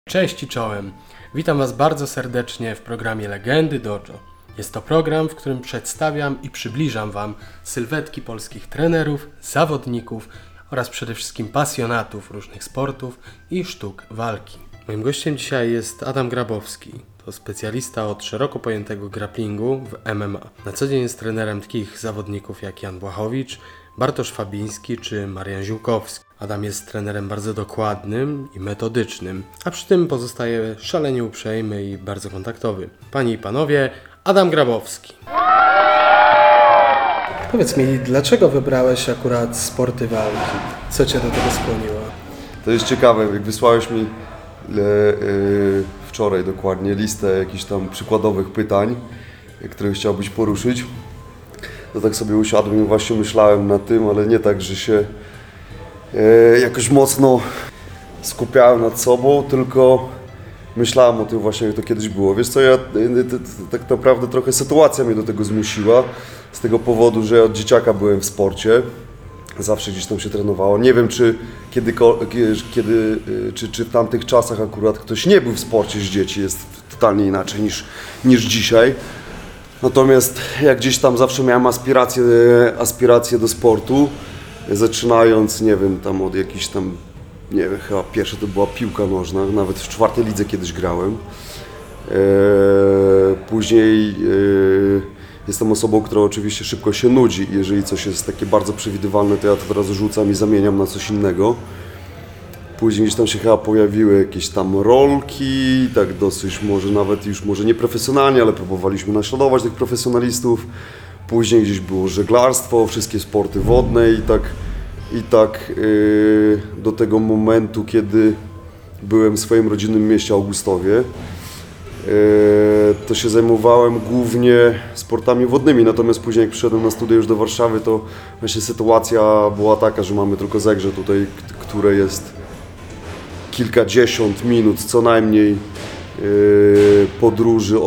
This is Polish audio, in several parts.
Cześć i czołem. Witam Was bardzo serdecznie w programie Legendy Dojo. Jest to program, w którym przedstawiam i przybliżam Wam sylwetki polskich trenerów, zawodników oraz przede wszystkim pasjonatów różnych sportów i sztuk walki. Moim gościem dzisiaj jest Adam Grabowski. To specjalista od szeroko pojętego grapplingu w MMA. Na co dzień jest trenerem takich zawodników jak Jan Błachowicz, Bartosz Fabiński czy Marian Ziółkowski. Adam jest trenerem bardzo dokładnym i metodycznym, a przy tym pozostaje szalenie uprzejmy i bardzo kontaktowy. Panie i panowie, Adam Grabowski. Powiedz mi, dlaczego wybrałeś akurat sporty walki? Co Cię do tego skłoniło? To jest ciekawe, jak wysłałeś mi wczoraj dokładnie listę jakichś tam przykładowych pytań, które chciałbyś poruszyć, to tak sobie usiadłem i właśnie myślałem nad tym, ale nie tak, że się jakoś mocno skupiałem nad sobą, tylko myślałem o tym właśnie, jak to kiedyś było. Wiesz co, tak naprawdę trochę sytuacja mnie do tego zmusiła, z tego powodu, że ja od dzieciaka byłem w sporcie. Zawsze gdzieś tam się trenowało. Nie wiem, czy w tamtych czasach akurat ktoś nie był w sporcie z dzieci, jest totalnie inaczej niż dzisiaj. Natomiast jak gdzieś tam zawsze miałem aspiracje do sportu, zaczynając, nie wiem, tam od jakichś tam, nie wiem, chyba pierwsze to była piłka nożna, nawet w 4. lidze kiedyś grałem. Później jestem osobą, która oczywiście szybko się nudzi. Jeżeli coś jest takie bardzo przewidywalne, to ja to od razu rzucam i zamieniam na coś innego. Później gdzieś tam się chyba pojawiły jakieś tam rolki, tak dosyć może nie profesjonalnie, ale próbowaliśmy naśladować tych profesjonalistów. Później gdzieś było żeglarstwo, wszystkie sporty wodne i tak do tego momentu, kiedy byłem w swoim rodzinnym mieście Augustowie, to się zajmowałem głównie sportami wodnymi, natomiast później jak przyszedłem na studia już do Warszawy, to właśnie sytuacja była taka, że mamy tylko Zegrze tutaj, które jest kilkadziesiąt minut co najmniej podróży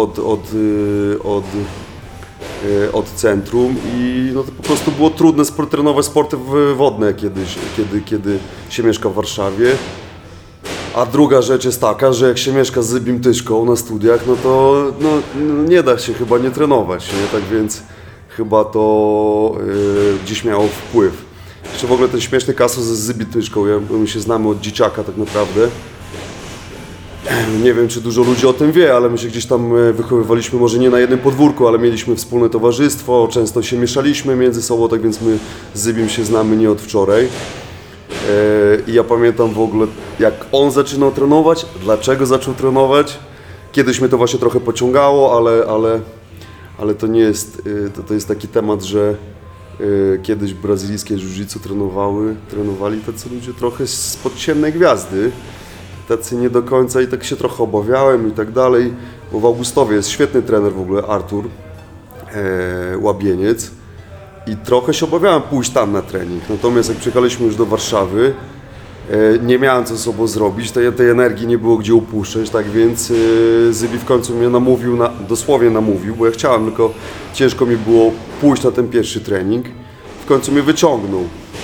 od centrum i no to po prostu było trudne trenować sporty wodne kiedy się mieszka w Warszawie. A druga rzecz jest taka, że jak się mieszka z Zybim Tyszką na studiach, no to nie da się chyba nie trenować, nie? Tak więc chyba to gdzieś miało wpływ. Jeszcze w ogóle ten śmieszny kasus z Zybim Tyszką, my się znamy od dzieciaka tak naprawdę. Nie wiem, czy dużo ludzi o tym wie, ale my się gdzieś tam wychowywaliśmy, może nie na jednym podwórku, ale mieliśmy wspólne towarzystwo, często się mieszaliśmy między sobą, tak więc my z Zybim się znamy nie od wczoraj. I ja pamiętam w ogóle, jak on zaczynał trenować, dlaczego zaczął trenować. Kiedyś mnie to właśnie trochę pociągało, ale to nie jest, to jest taki temat, że kiedyś brazylijskie jiu-jitsu trenowali tacy ludzie trochę spod ciemnej gwiazdy. Tacy nie do końca i tak się trochę obawiałem i tak dalej, bo w Augustowie jest świetny trener w ogóle, Artur Łabieniec i trochę się obawiałem pójść tam na trening, natomiast jak przyjechaliśmy już do Warszawy, nie miałem co ze sobą zrobić, tej energii nie było gdzie upuszczać, tak więc Zybi w końcu mnie namówił, dosłownie namówił, bo ja chciałem, tylko ciężko mi było pójść na ten pierwszy trening, w końcu mnie wyciągnął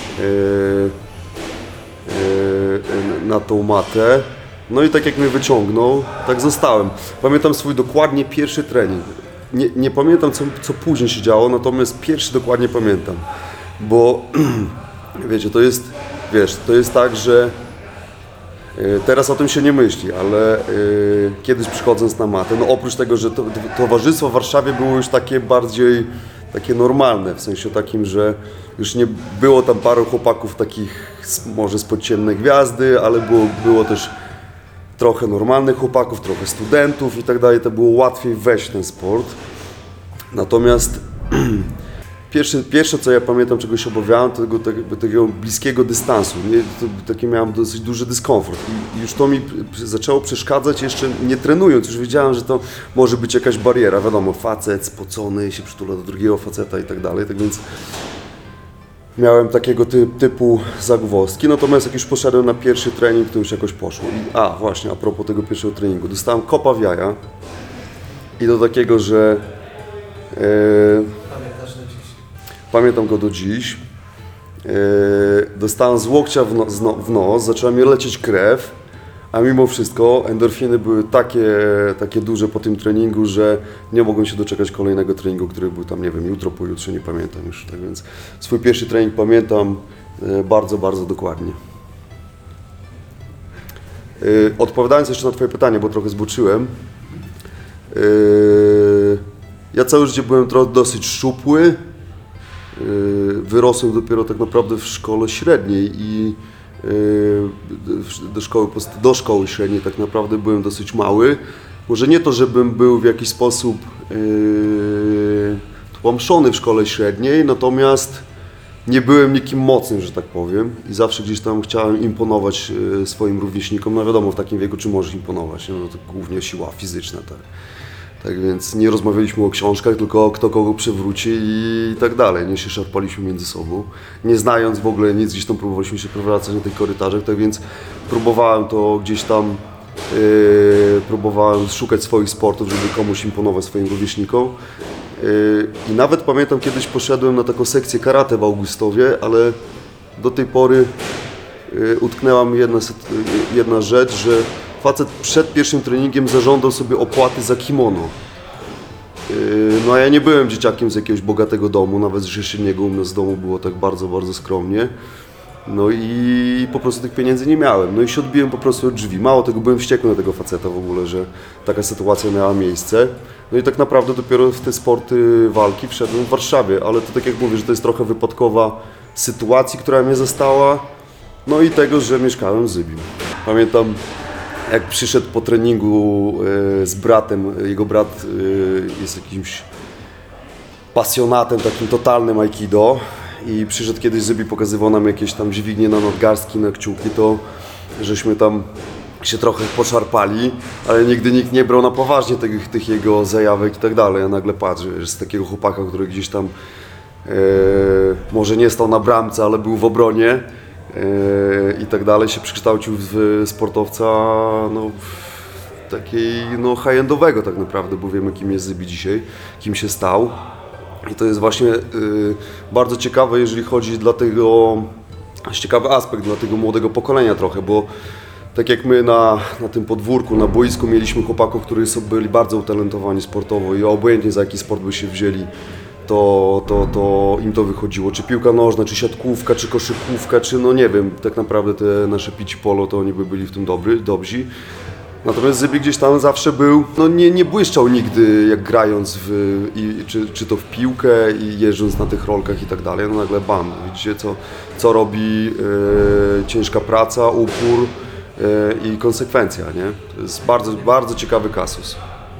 na tą matę. No i tak jak mnie wyciągnął, tak zostałem. Pamiętam swój dokładnie pierwszy trening. Nie pamiętam co później się działo, natomiast pierwszy dokładnie pamiętam. Bo wiecie, to jest tak, że teraz o tym się nie myśli, ale kiedyś przychodząc na matę, no oprócz tego, że towarzystwo w Warszawie było już takie bardziej takie normalne, w sensie takim, że już nie było tam paru chłopaków takich może spod ciemnej gwiazdy, ale było też trochę normalnych chłopaków, trochę studentów i tak dalej, to było łatwiej wejść w ten sport. Natomiast pierwsze co ja pamiętam, czego się obawiałem, to takiego bliskiego dystansu. Taki miałem dosyć duży dyskomfort i już to mi zaczęło przeszkadzać jeszcze nie trenując, już wiedziałem, że to może być jakaś bariera, wiadomo, facet spocony się przytula do drugiego faceta i tak dalej, tak więc miałem takiego typu zagwozdki, natomiast jak już poszedłem na pierwszy trening, to już jakoś poszło. Właśnie, a propos tego pierwszego treningu, dostałem kopa w jaja i do takiego, że pamiętam go do dziś. Dostałem z łokcia w nos, zaczęła mi lecieć krew, a mimo wszystko endorfiny były takie duże po tym treningu, że nie mogłem się doczekać kolejnego treningu, który był tam, nie wiem, jutro, pojutrze, nie pamiętam już. Tak więc swój pierwszy trening pamiętam bardzo, bardzo dokładnie. Odpowiadając jeszcze na Twoje pytanie, bo trochę zboczyłem. Ja całe życie byłem dosyć szczupły. Wyrosłem dopiero tak naprawdę w szkole średniej i do szkoły średniej tak naprawdę byłem dosyć mały. Może nie to, żebym był w jakiś sposób tłamszony w szkole średniej, natomiast nie byłem nikim mocnym, że tak powiem, i zawsze gdzieś tam chciałem imponować swoim rówieśnikom. No wiadomo, w takim wieku czy możesz imponować, no to głównie siła fizyczna, tak. Tak więc nie rozmawialiśmy o książkach, tylko kto kogo przewróci i tak dalej. Nie się szarpaliśmy między sobą. Nie znając w ogóle nic, gdzieś tam próbowaliśmy się przewracać na tych korytarzach, tak więc próbowałem to gdzieś tam, próbowałem szukać swoich sportów, żeby komuś imponować swoim rówieśnikom. I nawet pamiętam, kiedyś poszedłem na taką sekcję karate w Augustowie, ale do tej pory utknęła mi jedna rzecz, że facet przed pierwszym treningiem zażądał sobie opłaty za kimono. No a ja nie byłem dzieciakiem z jakiegoś bogatego domu, nawet z Rzeszyniego, u nas z domu było tak bardzo, bardzo skromnie. No i po prostu tych pieniędzy nie miałem. No i się odbiłem po prostu od drzwi. Mało tego, byłem wściekły na tego faceta w ogóle, że taka sytuacja miała miejsce. No i tak naprawdę dopiero w te sporty walki wszedłem w Warszawie, ale to tak jak mówię, że to jest trochę wypadkowa sytuacji, która mnie zastała, no i tego, że mieszkałem w Zybiu. Pamiętam, jak przyszedł po treningu z bratem, jego brat jest jakimś pasjonatem, takim totalnym aikido i przyszedł kiedyś z Zybi, pokazywał nam jakieś tam dźwignie na nadgarstki, na kciuki, to żeśmy tam się trochę poszarpali, ale nigdy nikt nie brał na poważnie tych jego zajawek i tak dalej. Ja nagle patrzę, że z takiego chłopaka, który gdzieś tam może nie stał na bramce, ale był w obronie i tak dalej, się przekształcił w sportowca no, takiej no, high-endowego tak naprawdę, bo wiemy, kim jest Zybi dzisiaj, kim się stał. I to jest właśnie bardzo ciekawe, jeżeli chodzi ciekawy aspekt dla tego młodego pokolenia trochę, bo tak jak my na tym podwórku, na boisku mieliśmy chłopaków, którzy byli bardzo utalentowani sportowo i obojętnie za jaki sport by się wzięli, to im to wychodziło. Czy piłka nożna, czy siatkówka, czy koszykówka, czy no nie wiem, tak naprawdę te nasze pici polo, to oni by byli w tym dobrzy. Natomiast Zybi gdzieś tam zawsze był, no nie błyszczał nigdy jak grając czy to w piłkę i jeżdżąc na tych rolkach i tak dalej, no nagle bam, widzicie co robi ciężka praca, upór i konsekwencja, nie? To jest bardzo, bardzo ciekawy kasus.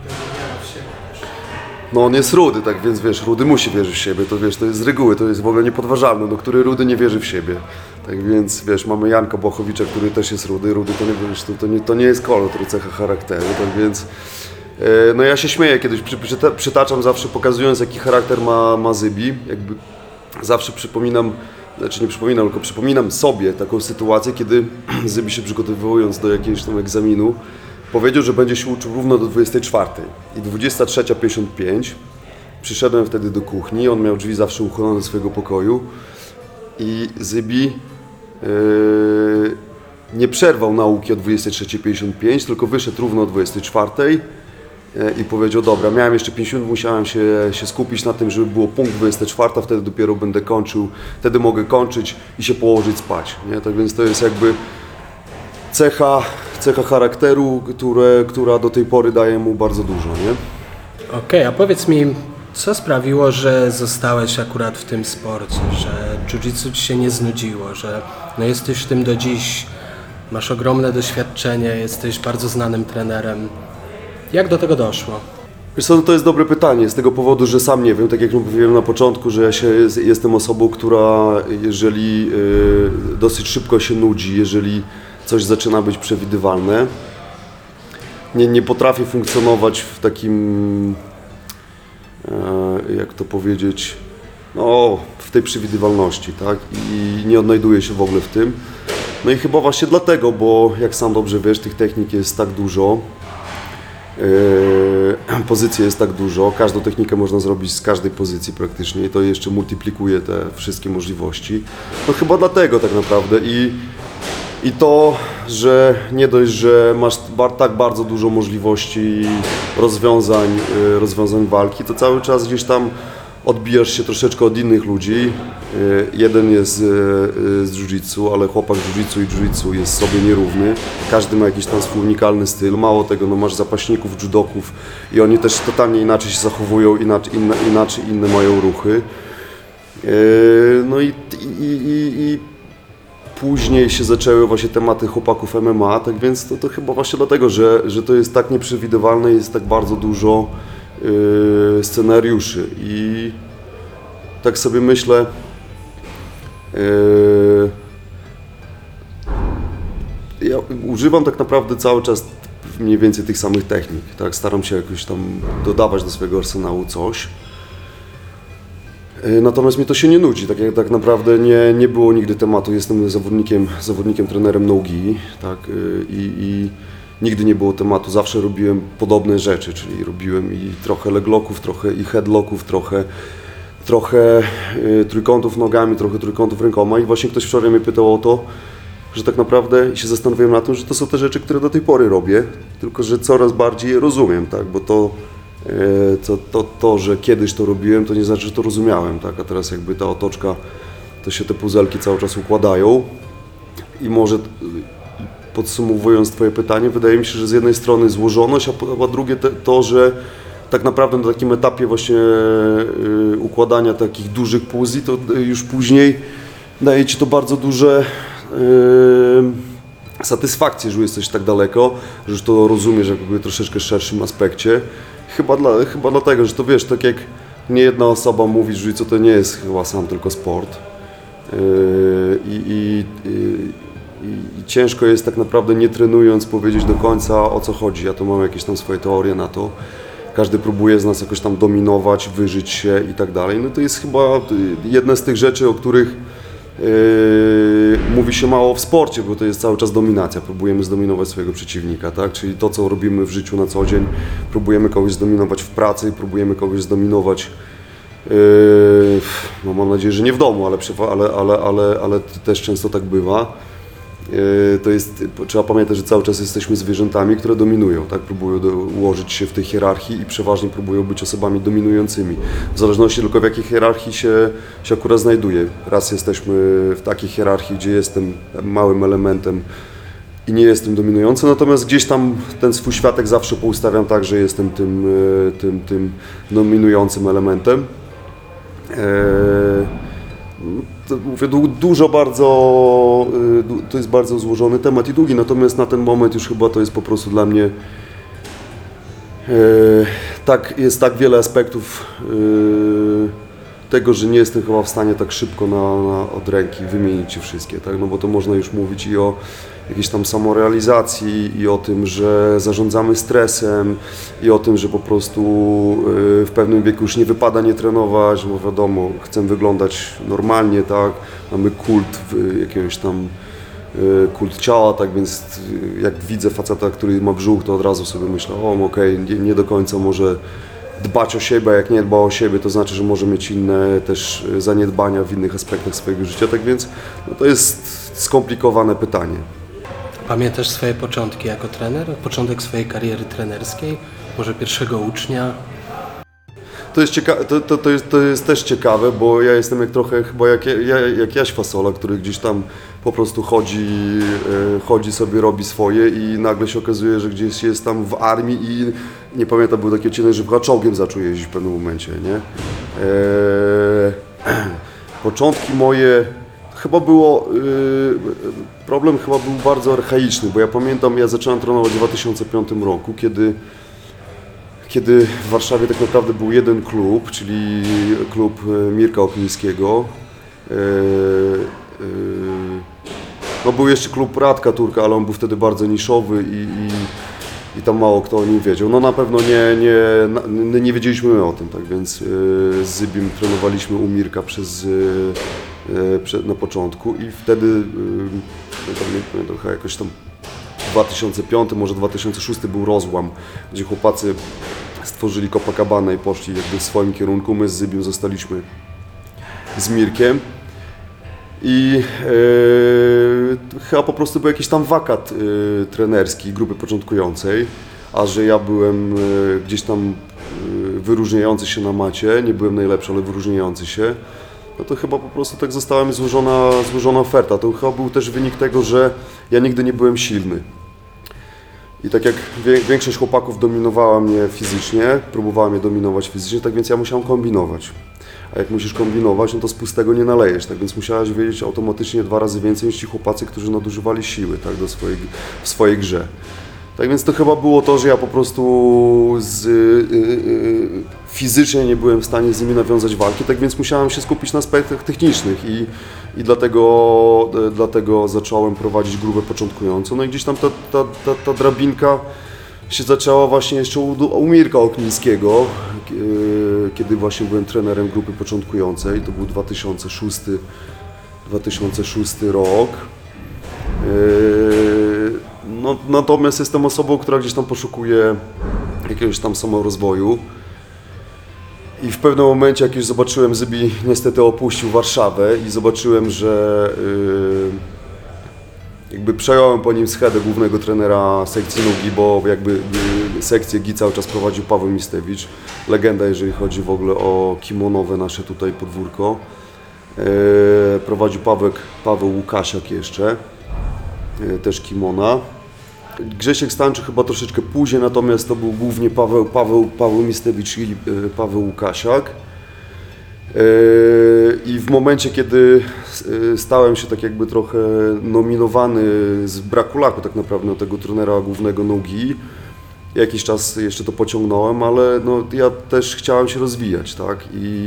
No on jest rudy, tak więc wiesz, rudy musi wierzyć w siebie, to wiesz, to jest z reguły, to jest w ogóle niepodważalne, no który rudy nie wierzy w siebie. Tak więc wiesz, mamy Janka Błachowicza, który też jest rudy to nie wiesz, to nie jest kolor, to cecha charakteru, tak więc no ja się śmieję kiedyś, przytaczam zawsze, pokazując jaki charakter ma Zybi, jakby zawsze tylko przypominam sobie taką sytuację, kiedy Zybi się przygotowując do jakiegoś tam egzaminu, powiedział, że będzie się uczył równo do 24 i 23:55 przyszedłem wtedy do kuchni, on miał drzwi zawsze uchylone do swojego pokoju i Zybi nie przerwał nauki o 23:55, tylko wyszedł równo o 24 i powiedział, dobra, miałem jeszcze 5 minut, musiałem się skupić na tym, żeby było punkt 24, wtedy dopiero będę kończył, wtedy mogę kończyć i się położyć spać, nie? Tak więc to jest jakby cecha charakteru, która do tej pory daje mu bardzo dużo, nie? Okej, a powiedz mi, co sprawiło, że zostałeś akurat w tym sporcie, że jiu-jitsu ci się nie znudziło, że no jesteś w tym do dziś, masz ogromne doświadczenie, jesteś bardzo znanym trenerem. Jak do tego doszło? Wiesz co, no to jest dobre pytanie, z tego powodu, że sam nie wiem, tak jak mówiłem na początku, że ja jestem osobą, która jeżeli dosyć szybko się nudzi, jeżeli coś zaczyna być przewidywalne, nie potrafię funkcjonować w takim, jak to powiedzieć, no, w tej przewidywalności, tak? I nie odnajduję się w ogóle w tym. No i chyba właśnie dlatego, bo jak sam dobrze wiesz, tych technik jest tak dużo, pozycji jest tak dużo, każdą technikę można zrobić z każdej pozycji praktycznie i to jeszcze multiplikuje te wszystkie możliwości. No chyba dlatego tak naprawdę i I to, że nie dość, że masz tak bardzo dużo możliwości rozwiązań walki, to cały czas gdzieś tam odbijasz się troszeczkę od innych ludzi. Jeden jest z jiu-jitsu, ale chłopak jiu-jitsu i jiu-jitsu jest sobie nierówny. Każdy ma jakiś tam swój unikalny styl. Mało tego, no masz zapaśników, judoków i oni też totalnie inaczej się zachowują, inaczej inne mają ruchy. No i później się zaczęły właśnie tematy chłopaków MMA, tak więc to chyba właśnie dlatego, że to jest tak nieprzewidywalne, jest tak bardzo dużo scenariuszy i tak sobie myślę, ja używam tak naprawdę cały czas mniej więcej tych samych technik, tak? Staram się jakoś tam dodawać do swojego arsenału coś. Natomiast mi to się nie nudzi, tak naprawdę nie było nigdy tematu, jestem zawodnikiem, trenerem no-gi, tak, i nigdy nie było tematu, zawsze robiłem podobne rzeczy, czyli robiłem i trochę leglocków, trochę i headlocków, trochę trójkątów nogami, trochę trójkątów rękoma i właśnie ktoś wczoraj mnie pytał o to, że tak naprawdę i się zastanowiłem na tym, że to są te rzeczy, które do tej pory robię, tylko że coraz bardziej je rozumiem, tak, bo to, że kiedyś to robiłem, to nie znaczy, że to rozumiałem, tak? A teraz jakby ta otoczka, to się te puzelki cały czas układają i może podsumowując Twoje pytanie, wydaje mi się, że z jednej strony złożoność, a drugie to, że tak naprawdę na takim etapie właśnie układania takich dużych puzli, to już później daje Ci to bardzo duże satysfakcję, że jesteś tak daleko, że już to rozumiesz jakby w troszeczkę szerszym aspekcie. Chyba dlatego, że to wiesz, tak jak nie jedna osoba mówi, że to nie jest chyba sam tylko sport. I ciężko jest tak naprawdę nie trenując powiedzieć do końca o co chodzi. Ja tu mam jakieś tam swoje teorie na to. Każdy próbuje z nas jakoś tam dominować, wyżyć się i tak dalej. No to jest chyba jedna z tych rzeczy, o których mówi się mało w sporcie, bo to jest cały czas dominacja. Próbujemy zdominować swojego przeciwnika, tak? Czyli to, co robimy w życiu na co dzień, próbujemy kogoś zdominować w pracy, próbujemy kogoś zdominować, no mam nadzieję, że nie w domu, ale też często tak bywa. To jest, trzeba pamiętać, że cały czas jesteśmy zwierzętami, które dominują, tak? Próbują ułożyć się w tej hierarchii i przeważnie próbują być osobami dominującymi. W zależności tylko w jakiej hierarchii się akurat znajduje. Raz jesteśmy w takiej hierarchii, gdzie jestem małym elementem i nie jestem dominujący, natomiast gdzieś tam ten swój światek zawsze poustawiam tak, że jestem tym dominującym elementem. Mówię, to jest bardzo złożony temat i długi, natomiast na ten moment już chyba to jest po prostu dla mnie jest tak wiele aspektów tego, że nie jestem chyba w stanie tak szybko od ręki wymienić je wszystkie, tak? No bo to można już mówić i o jakiejś tam samorealizacji i o tym, że zarządzamy stresem i o tym, że po prostu w pewnym wieku już nie wypada nie trenować, bo wiadomo, chcę wyglądać normalnie, tak? Mamy jakiegoś tam kult ciała, tak więc jak widzę faceta, który ma brzuch, to od razu sobie myślę, okej, nie do końca może dbać o siebie, a jak nie dba o siebie, to znaczy, że może mieć inne też zaniedbania w innych aspektach swojego życia, tak więc no to jest skomplikowane pytanie. Pamiętasz swoje początki jako trener? Początek swojej kariery trenerskiej? Może pierwszego ucznia? To jest też ciekawe, bo ja jestem jak Jaś Fasola, który gdzieś tam po prostu chodzi sobie, robi swoje i nagle się okazuje, że gdzieś jest tam w armii i nie pamiętam, był taki odcinek, że chyba czołgiem zaczął jeździć w pewnym momencie, nie? Początki moje chyba było, problem chyba był bardzo archaiczny, bo ja pamiętam, ja zacząłem trenować w 2005 roku, kiedy w Warszawie tak naprawdę był jeden klub, czyli klub Mirka Oklińskiego. No był jeszcze klub Radka Turka, ale on był wtedy bardzo niszowy i tam mało kto o nim wiedział. No na pewno nie wiedzieliśmy o tym, tak więc z Zybim trenowaliśmy u Mirka na początku i wtedy, nie pamiętam, jakoś tam 2005, może 2006 był rozłam, gdzie chłopacy stworzyli Copacabana i poszli jakby w swoim kierunku. My z Zybim zostaliśmy z Mirkiem. I chyba po prostu był jakiś tam wakat trenerski grupy początkującej, a że ja byłem gdzieś tam wyróżniający się na macie, nie byłem najlepszy, ale wyróżniający się, no to chyba po prostu tak została mi złożona oferta. To chyba był też wynik tego, że ja nigdy nie byłem silny. I tak jak większość chłopaków dominowała mnie fizycznie, próbowała mnie dominować fizycznie, tak więc ja musiałem kombinować. A jak musisz kombinować, no to z pustego nie nalejesz, tak więc musiałeś wiedzieć automatycznie 2 razy więcej niż ci chłopacy, którzy nadużywali siły, tak, w swojej grze. Tak więc to chyba było to, że ja po prostu fizycznie nie byłem w stanie z nimi nawiązać walki, tak więc musiałem się skupić na aspektach technicznych i dlatego zacząłem prowadzić grupę początkującą. No i gdzieś tam ta drabinka się zaczęła właśnie jeszcze u Mirka Oknińskiego, kiedy właśnie byłem trenerem grupy początkującej. To był 2006 rok. No, natomiast jestem osobą, która gdzieś tam poszukuje jakiegoś tam samorozwoju. I w pewnym momencie, jak już zobaczyłem, Zybi niestety opuścił Warszawę i zobaczyłem, że jakby przejąłem po nim schedę głównego trenera sekcji nógi, bo jakby sekcję gi cały czas prowadził Paweł Mistewicz. Legenda, jeżeli chodzi w ogóle o kimonowe nasze tutaj podwórko. Prowadził Paweł Łukasiak jeszcze, też kimona. Grzesiek Stanczy chyba troszeczkę później, natomiast to był głównie Paweł Mistewicz i Paweł Łukasiak. I w momencie, kiedy stałem się tak jakby trochę nominowany z braku laku tak naprawdę na tego trenera głównego nogi, jakiś czas jeszcze to pociągnąłem, ale no, ja też chciałem się rozwijać, tak?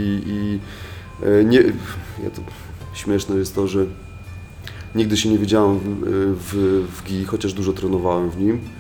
Śmieszne jest to, że nigdy się nie widziałem w GI, chociaż dużo trenowałem w nim.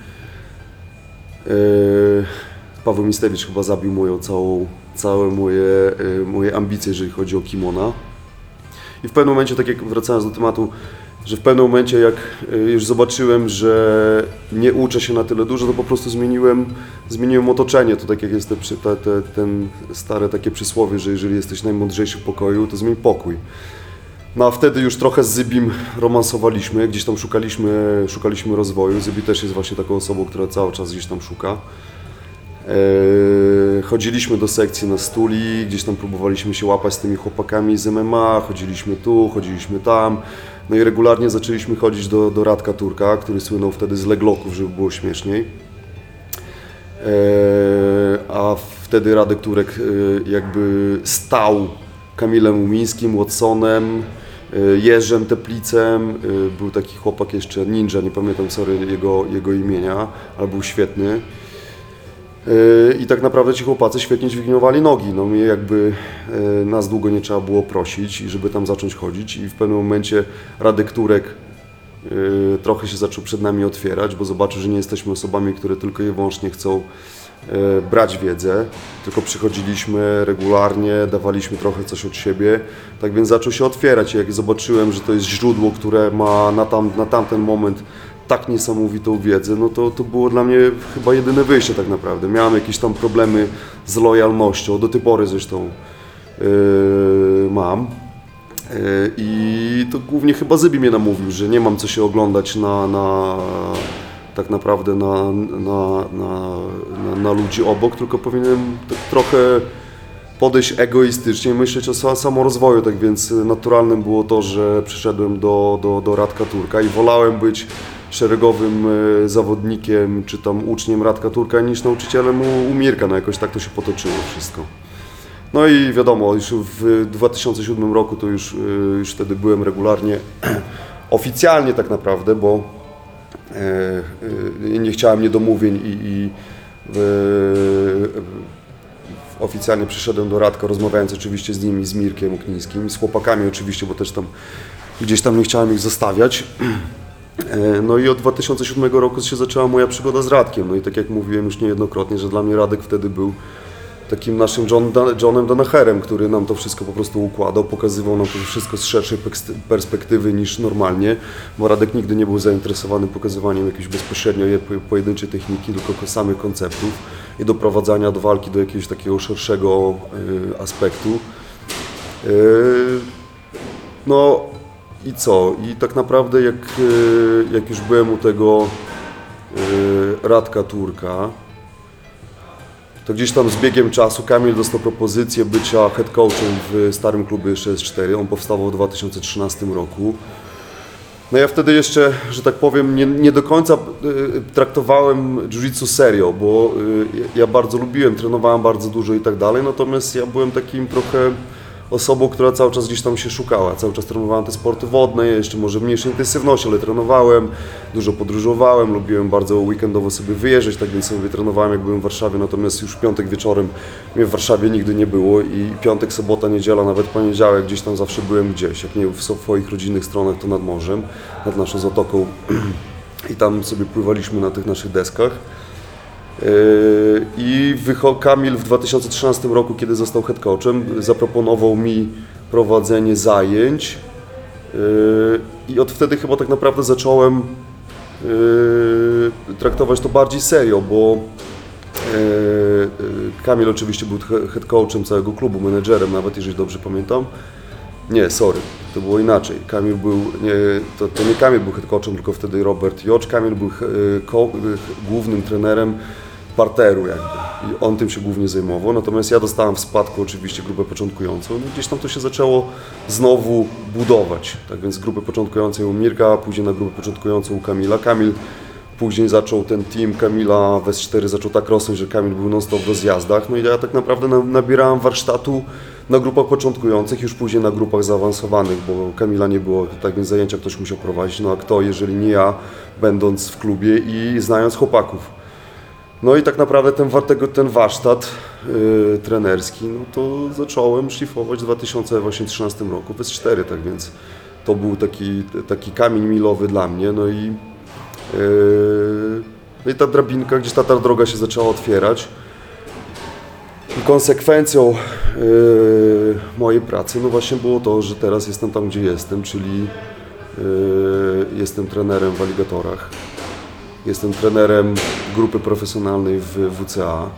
Paweł Mistewicz chyba zabił całe moje ambicje, jeżeli chodzi o kimona. I w pewnym momencie, tak jak wracając do tematu, że w pewnym momencie jak już zobaczyłem, że nie uczę się na tyle dużo, to po prostu zmieniłem otoczenie. To tak jak jest ten stare takie przysłowie, że jeżeli jesteś najmądrzejszy w pokoju, to zmień pokój. No a wtedy już trochę z Zybim romansowaliśmy, gdzieś tam szukaliśmy rozwoju. Zybi też jest właśnie taką osobą, która cały czas gdzieś tam szuka. Chodziliśmy do sekcji na stuli, gdzieś tam próbowaliśmy się łapać z tymi chłopakami z MMA, chodziliśmy tu, chodziliśmy tam. No i regularnie zaczęliśmy chodzić do Radka Turka, który słynął wtedy z legloków, żeby było śmieszniej. A wtedy Radek Turek jakby stał Kamilem Umińskim, Watsonem, Jerzem Teplicem. Był taki chłopak jeszcze, Ninja, nie pamiętam jego imienia, ale był świetny. I tak naprawdę ci chłopacy świetnie dźwignowali nogi. No mnie jakby nas długo nie trzeba było prosić, żeby tam zacząć chodzić i w pewnym momencie Radek Turek trochę się zaczął przed nami otwierać, bo zobaczył, że nie jesteśmy osobami, które tylko i wyłącznie chcą brać wiedzę, tylko przychodziliśmy regularnie, dawaliśmy trochę coś od siebie, tak więc zaczął się otwierać. Jak zobaczyłem, że to jest źródło, które ma na tamten moment tak niesamowitą wiedzę, no to było dla mnie chyba jedyne wyjście tak naprawdę. Miałem jakieś tam problemy z lojalnością, do tej pory zresztą mam. I to głównie chyba Zybi mnie namówił, że nie mam co się oglądać tak naprawdę na ludzi obok, tylko powinienem tak trochę podejść egoistycznie i myśleć o samorozwoju, tak więc naturalnym było to, że przyszedłem do Radka Turka i wolałem być szeregowym zawodnikiem czy tam uczniem Radka Turka niż nauczycielem u Mirka, no jakoś tak to się potoczyło wszystko. No i wiadomo, już w 2007 roku to już wtedy byłem regularnie, oficjalnie tak naprawdę, bo nie chciałem niedomówień i oficjalnie przyszedłem do Radka, rozmawiając oczywiście z nimi, z Mirkiem Oknińskim, z chłopakami oczywiście, bo też tam gdzieś tam nie chciałem ich zostawiać. No i od 2007 roku się zaczęła moja przygoda z Radkiem. No i tak jak mówiłem już niejednokrotnie, że dla mnie Radek wtedy był takim naszym Johnem Danaherem, który nam to wszystko po prostu układał, pokazywał nam to wszystko z szerszej perspektywy niż normalnie, bo Radek nigdy nie był zainteresowany pokazywaniem jakiejś bezpośrednio pojedynczej techniki, tylko samych konceptów i doprowadzania do walki do jakiegoś takiego szerszego aspektu. No, i co? I tak naprawdę jak już byłem u tego Radka Turka, to gdzieś tam z biegiem czasu Kamil dostał propozycję bycia head coachem w starym klubie S4. On powstawał w 2013 roku. No ja wtedy jeszcze, że tak powiem, nie do końca traktowałem jiu-jitsu serio, bo ja bardzo lubiłem, trenowałem bardzo dużo i tak dalej, natomiast ja byłem takim trochę osobą, która cały czas gdzieś tam się szukała. Cały czas trenowałem te sporty wodne, jeszcze może w mniejszej intensywności, ale trenowałem, dużo podróżowałem, lubiłem bardzo weekendowo sobie wyjeżdżać, tak więc sobie trenowałem jak byłem w Warszawie, natomiast już piątek wieczorem mnie w Warszawie nigdy nie było i piątek, sobota, niedziela, nawet poniedziałek gdzieś tam zawsze byłem gdzieś, jak nie w swoich rodzinnych stronach, to nad morzem, nad naszą zatoką i tam sobie pływaliśmy na tych naszych deskach. I Kamil w 2013 roku, kiedy został head coachem, zaproponował mi prowadzenie zajęć i od wtedy chyba tak naprawdę zacząłem traktować to bardziej serio, bo Kamil oczywiście był head coachem całego klubu, menedżerem nawet, jeżeli dobrze pamiętam. Nie, sorry, to było inaczej. Kamil był, to nie Kamil był head coachem, tylko wtedy Robert Jocz. Kamil był głównym trenerem parteru jakby i on tym się głównie zajmował, natomiast ja dostałem w spadku oczywiście grupę początkującą, no i gdzieś tam to się zaczęło znowu budować, tak więc grupę początkującą u Mirka, później na grupę początkującą u Kamila. Kamil później zaczął ten team Kamila w S4 zaczął tak rosnąć, że Kamil był non-stop w rozjazdach, no i ja tak naprawdę nabierałem warsztatu na grupach początkujących, już później na grupach zaawansowanych, bo Kamila nie było, tak więc zajęcia ktoś musiał prowadzić, no a kto, jeżeli nie ja, będąc w klubie i znając chłopaków. No i tak naprawdę ten warsztat trenerski, no to zacząłem szlifować w 2013 roku w S4, tak więc to był taki kamień milowy dla mnie, no i ta drabinka, gdzieś ta droga się zaczęła otwierać. I konsekwencją mojej pracy no właśnie było to, że teraz jestem tam, gdzie jestem, czyli jestem trenerem w aligatorach. Jestem trenerem grupy profesjonalnej w WCA.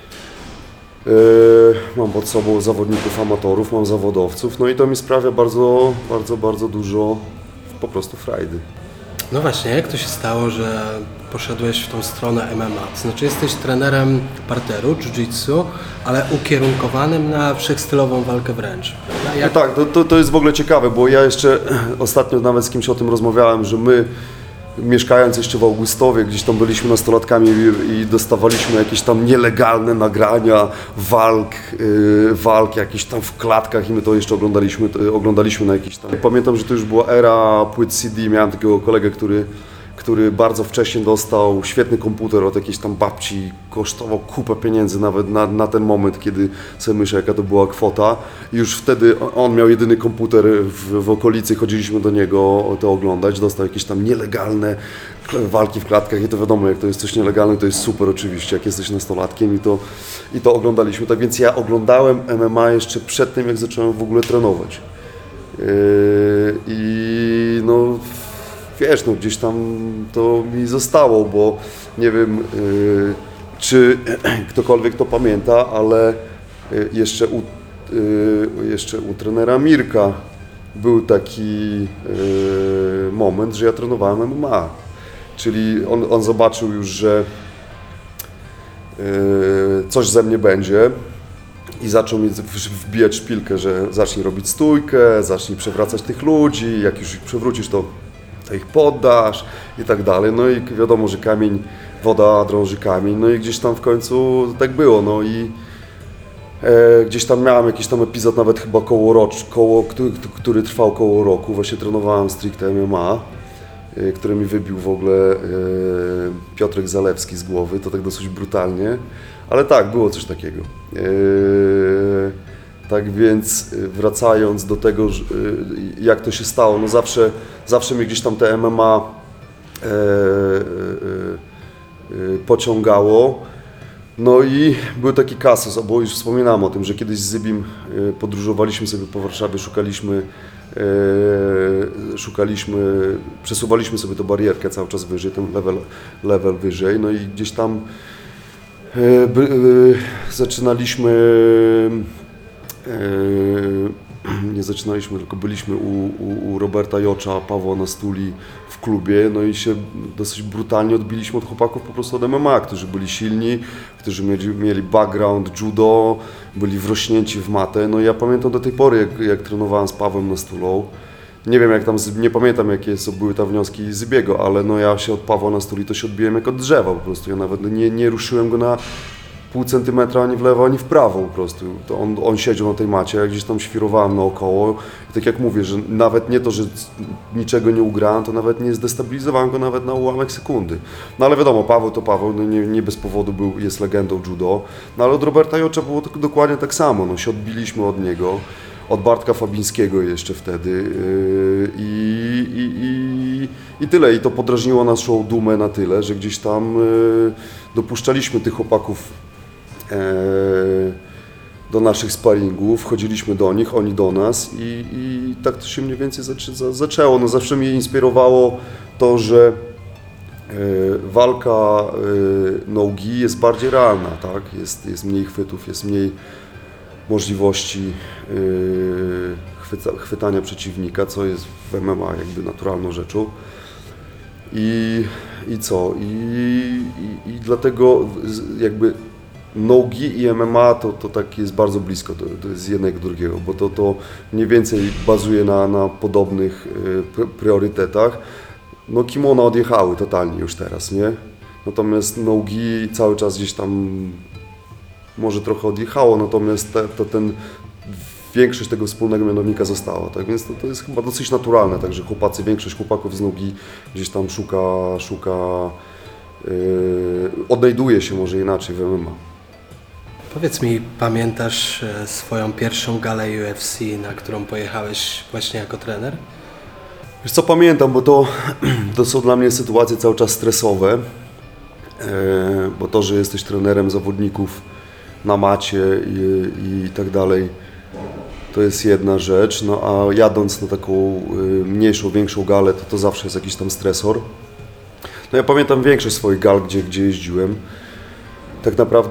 Mam pod sobą zawodników amatorów, mam zawodowców, no i to mi sprawia bardzo, bardzo, bardzo dużo po prostu frajdy. No właśnie, jak to się stało, że poszedłeś w tą stronę MMA? To znaczy jesteś trenerem parteru, jiu-jitsu, ale ukierunkowanym na wszechstylową walkę wręcz. No tak, to jest w ogóle ciekawe, bo ja jeszcze ostatnio nawet z kimś o tym rozmawiałem, że my mieszkając jeszcze w Augustowie, gdzieś tam byliśmy nastolatkami i dostawaliśmy jakieś tam nielegalne nagrania walk jakieś tam w klatkach i my to jeszcze oglądaliśmy na jakiś tam... Pamiętam, że to już była era płyt CD, miałem takiego kolegę, który bardzo wcześnie dostał świetny komputer od jakiejś tam babci, kosztował kupę pieniędzy nawet na ten moment, kiedy sobie myślę, jaka to była kwota. I już wtedy on miał jedyny komputer w okolicy, chodziliśmy do niego to oglądać, dostał jakieś tam nielegalne walki w klatkach i to wiadomo, jak to jest coś nielegalne, to jest super oczywiście, jak jesteś nastolatkiem i to oglądaliśmy. Tak więc ja oglądałem MMA jeszcze przed tym, jak zacząłem w ogóle trenować. I no... Wiesz, no gdzieś tam to mi zostało, bo nie wiem, czy ktokolwiek to pamięta, ale jeszcze u trenera Mirka był taki moment, że ja trenowałem MMA. Czyli on zobaczył już, że coś ze mnie będzie i zaczął mi wbijać szpilkę, że zacznij robić stójkę, zacznij przewracać tych ludzi, jak już ich przewrócisz, to ich poddasz i tak dalej. No i wiadomo, że kamień, woda drąży kamień, no i gdzieś tam w końcu tak było, no i gdzieś tam miałem jakiś tam epizod nawet chyba który trwał koło roku, właśnie trenowałem stricte MMA, który mi wybił w ogóle Piotrek Zalewski z głowy, to tak dosyć brutalnie, ale tak, było coś takiego. Tak więc wracając do tego, jak to się stało, no zawsze mnie gdzieś tam te MMA pociągało. No i był taki kasus, bo już wspominałem o tym, że kiedyś z Zybim podróżowaliśmy sobie po Warszawie, przesuwaliśmy sobie tę barierkę cały czas wyżej, ten level wyżej, no i gdzieś tam zaczynaliśmy Nie zaczynaliśmy, tylko byliśmy u Roberta Jocza, Pawła Nastuli w klubie, no i się dosyć brutalnie odbiliśmy od chłopaków po prostu od MMA, którzy byli silni, którzy mieli background judo, byli wrośnięci w matę. No i ja pamiętam do tej pory, jak trenowałem z Pawłem Nastulą. Nie wiem, nie pamiętam, jakie były tam wnioski z biegu, ale no ja się od Pawła Nastuli to się odbiłem jak od drzewa po prostu. Ja nawet nie ruszyłem go na pół centymetra ani w lewo, ani w prawo po prostu. To on siedział na tej macie, ja gdzieś tam świrowałem naokoło i tak jak mówię, że nawet nie to, że niczego nie ugrałem, to nawet nie zdestabilizowałem go nawet na ułamek sekundy. No ale wiadomo, Paweł to Paweł, no nie bez powodu jest legendą judo. No ale od Roberta Jocza było to dokładnie tak samo, no się odbiliśmy od niego, od Bartka Fabińskiego jeszcze wtedy i tyle. I to podrażniło naszą dumę na tyle, że gdzieś tam dopuszczaliśmy tych chłopaków do naszych sparingów, wchodziliśmy do nich, oni do nas i tak to się mniej więcej zaczęło. No zawsze mnie inspirowało to, że walka no-gi jest bardziej realna, tak? Jest mniej chwytów, jest mniej możliwości chwytania przeciwnika, co jest w MMA jakby naturalną rzeczą. I co? I dlatego jakby no-gi i MMA to tak jest bardzo blisko, to jest jednego drugiego, bo to mniej więcej bazuje na podobnych priorytetach. No kimono odjechały totalnie już teraz, nie? Natomiast no-gi cały czas gdzieś tam może trochę odjechało, natomiast większość tego wspólnego mianownika została, tak więc to jest chyba dosyć naturalne, także większość chłopaków z nogi gdzieś tam szuka, odnajduje się może inaczej w MMA. Powiedz mi, pamiętasz swoją pierwszą galę UFC, na którą pojechałeś właśnie jako trener? Wiesz co, pamiętam, bo to są dla mnie sytuacje cały czas stresowe, bo to, że jesteś trenerem zawodników na macie i tak dalej, to jest jedna rzecz, no a jadąc na taką mniejszą, większą galę, to zawsze jest jakiś tam stresor. No ja pamiętam większość swoich gal, gdzie jeździłem. Tak naprawdę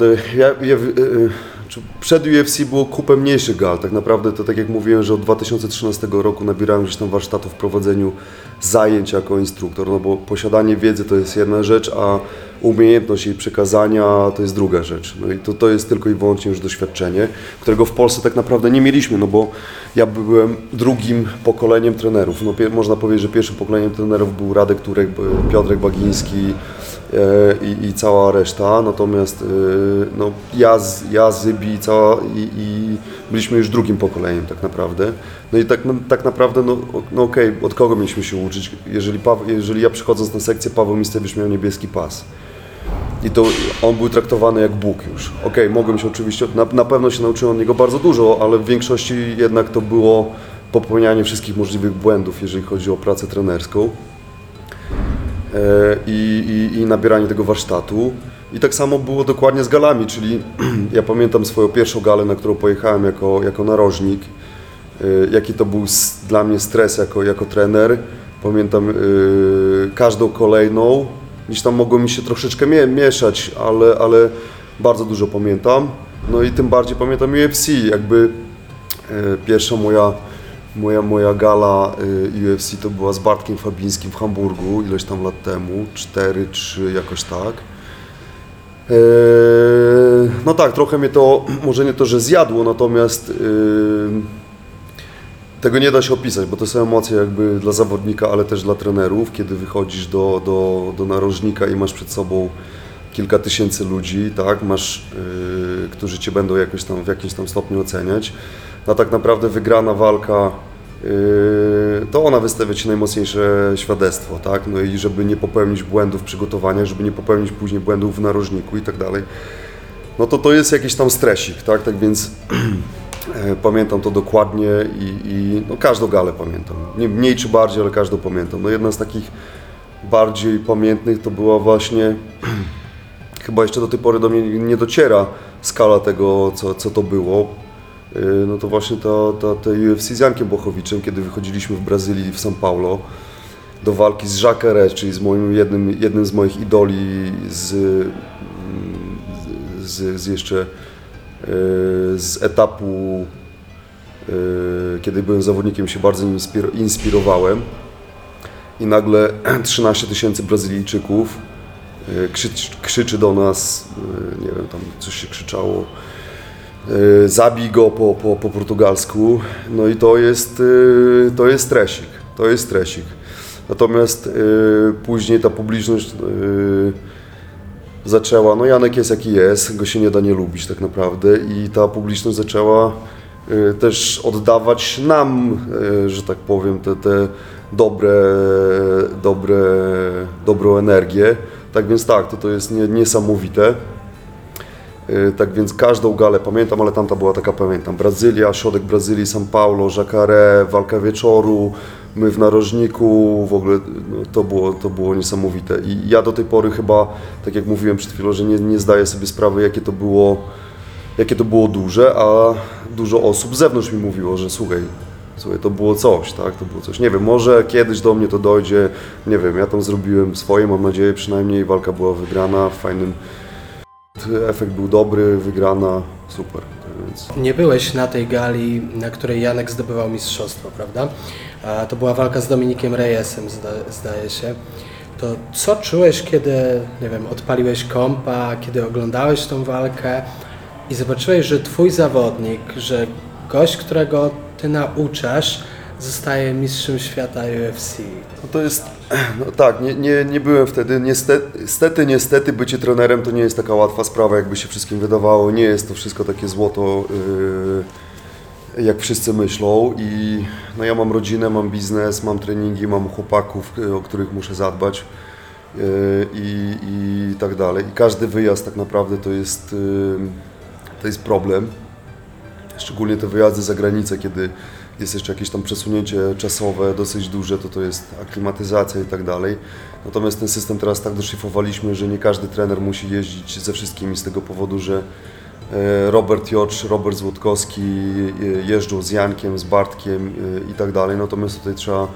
przed UFC było kupę mniejszych gal. Tak naprawdę to tak jak mówiłem, że od 2013 roku nabierałem gdzieś tam warsztatów w prowadzeniu zajęć jako instruktor, no bo posiadanie wiedzy to jest jedna rzecz, a umiejętność jej przekazania to jest druga rzecz. No i to jest tylko i wyłącznie już doświadczenie, którego w Polsce tak naprawdę nie mieliśmy, no bo ja byłem drugim pokoleniem trenerów. No, można powiedzieć, że pierwszym pokoleniem trenerów był Radek Turek, Piotrek Bagiński i cała reszta, natomiast no, ja Zybi i byliśmy już drugim pokoleniem tak naprawdę. No i tak naprawdę, no okej, od kogo mieliśmy się uczyć? Jeżeli ja przychodząc na sekcję, Paweł Mistewicz miał niebieski pas. I to on był traktowany jak Bóg już. Okej, mogłem się oczywiście, na pewno się nauczyłem od niego bardzo dużo, ale w większości jednak to było popełnianie wszystkich możliwych błędów, jeżeli chodzi o pracę trenerską i nabieranie tego warsztatu. I tak samo było dokładnie z galami, czyli ja pamiętam swoją pierwszą galę, na którą pojechałem jako narożnik, jaki to był dla mnie stres jako trener. Pamiętam każdą kolejną, gdzieś tam mogło mi się troszeczkę mieszać, ale bardzo dużo pamiętam. No i tym bardziej pamiętam UFC, jakby pierwsza moja gala UFC to była z Bartkiem Fabińskim w Hamburgu ileś tam lat temu, 4-3 jakoś tak. No tak, trochę mnie to, może nie to, że zjadło, natomiast tego nie da się opisać, bo to są emocje jakby dla zawodnika, ale też dla trenerów, kiedy wychodzisz do narożnika i masz przed sobą kilka tysięcy ludzi, tak, którzy Cię będą w jakimś tam stopniu oceniać. No tak naprawdę wygrana walka, to ona wystawia Ci najmocniejsze świadectwo, tak, no i żeby nie popełnić błędów w przygotowaniach, żeby nie popełnić później błędów w narożniku i tak dalej, no to jest jakiś tam stresik, tak więc pamiętam to dokładnie i no, każdą galę pamiętam, mniej czy bardziej, ale każdą pamiętam. No jedna z takich bardziej pamiętnych to była właśnie, chyba jeszcze do tej pory do mnie nie dociera skala tego, co to było, no to właśnie te UFC z Jankiem Błachowiczem, kiedy wychodziliśmy w Brazylii, w São Paulo, do walki z Jacques, czyli z jednym z moich idoli z etapu kiedy byłem zawodnikiem, się bardzo inspirowałem. I nagle 13 000 Brazylijczyków krzyczy do nas, nie wiem, tam coś się krzyczało, zabij go po portugalsku, no i to jest stresik. Natomiast później ta publiczność zaczęła, no Janek jest jaki jest, go się nie da nie lubić tak naprawdę i ta publiczność zaczęła też oddawać nam, że tak powiem, te dobrą energię. Tak więc tak, to jest niesamowite. Tak więc każdą galę pamiętam, ale tamta była taka, pamiętam, Brazylia, środek Brazylii, São Paulo, Jacaré, walka wieczoru, my w narożniku, w ogóle no, to było niesamowite. I ja do tej pory chyba, tak jak mówiłem przed chwilą, że nie zdaję sobie sprawy, jakie to było duże, a dużo osób z zewnątrz mi mówiło, że słuchaj, to było coś, tak, to było coś. Nie wiem, może kiedyś do mnie to dojdzie, nie wiem, ja tam zrobiłem swoje, mam nadzieję przynajmniej, walka była wygrana, fajnym, efekt był dobry, wygrana, super. Więc... Nie byłeś na tej gali, na której Janek zdobywał mistrzostwo, prawda? To była walka z Dominikiem Reyesem, zdaje się. To co czułeś, kiedy, nie wiem, odpaliłeś kompa, kiedy oglądałeś tą walkę i zobaczyłeś, że twój zawodnik, że gość, którego ty nauczasz, zostaje mistrzem świata UFC? No to jest, no tak, nie byłem wtedy, niestety bycie trenerem to nie jest taka łatwa sprawa, jakby się wszystkim wydawało, nie jest to wszystko takie złoto, jak wszyscy myślą i no ja mam rodzinę, mam biznes, mam treningi, mam chłopaków, o których muszę zadbać i tak dalej. I każdy wyjazd tak naprawdę to jest problem, szczególnie te wyjazdy za granicę, kiedy jest jeszcze jakieś tam przesunięcie czasowe dosyć duże, to jest aklimatyzacja i tak dalej. Natomiast ten system teraz tak doszlifowaliśmy, że nie każdy trener musi jeździć ze wszystkimi z tego powodu, że Robert Jocz, Robert Złotkowski jeżdżą z Jankiem, z Bartkiem i tak dalej. Natomiast tutaj trzeba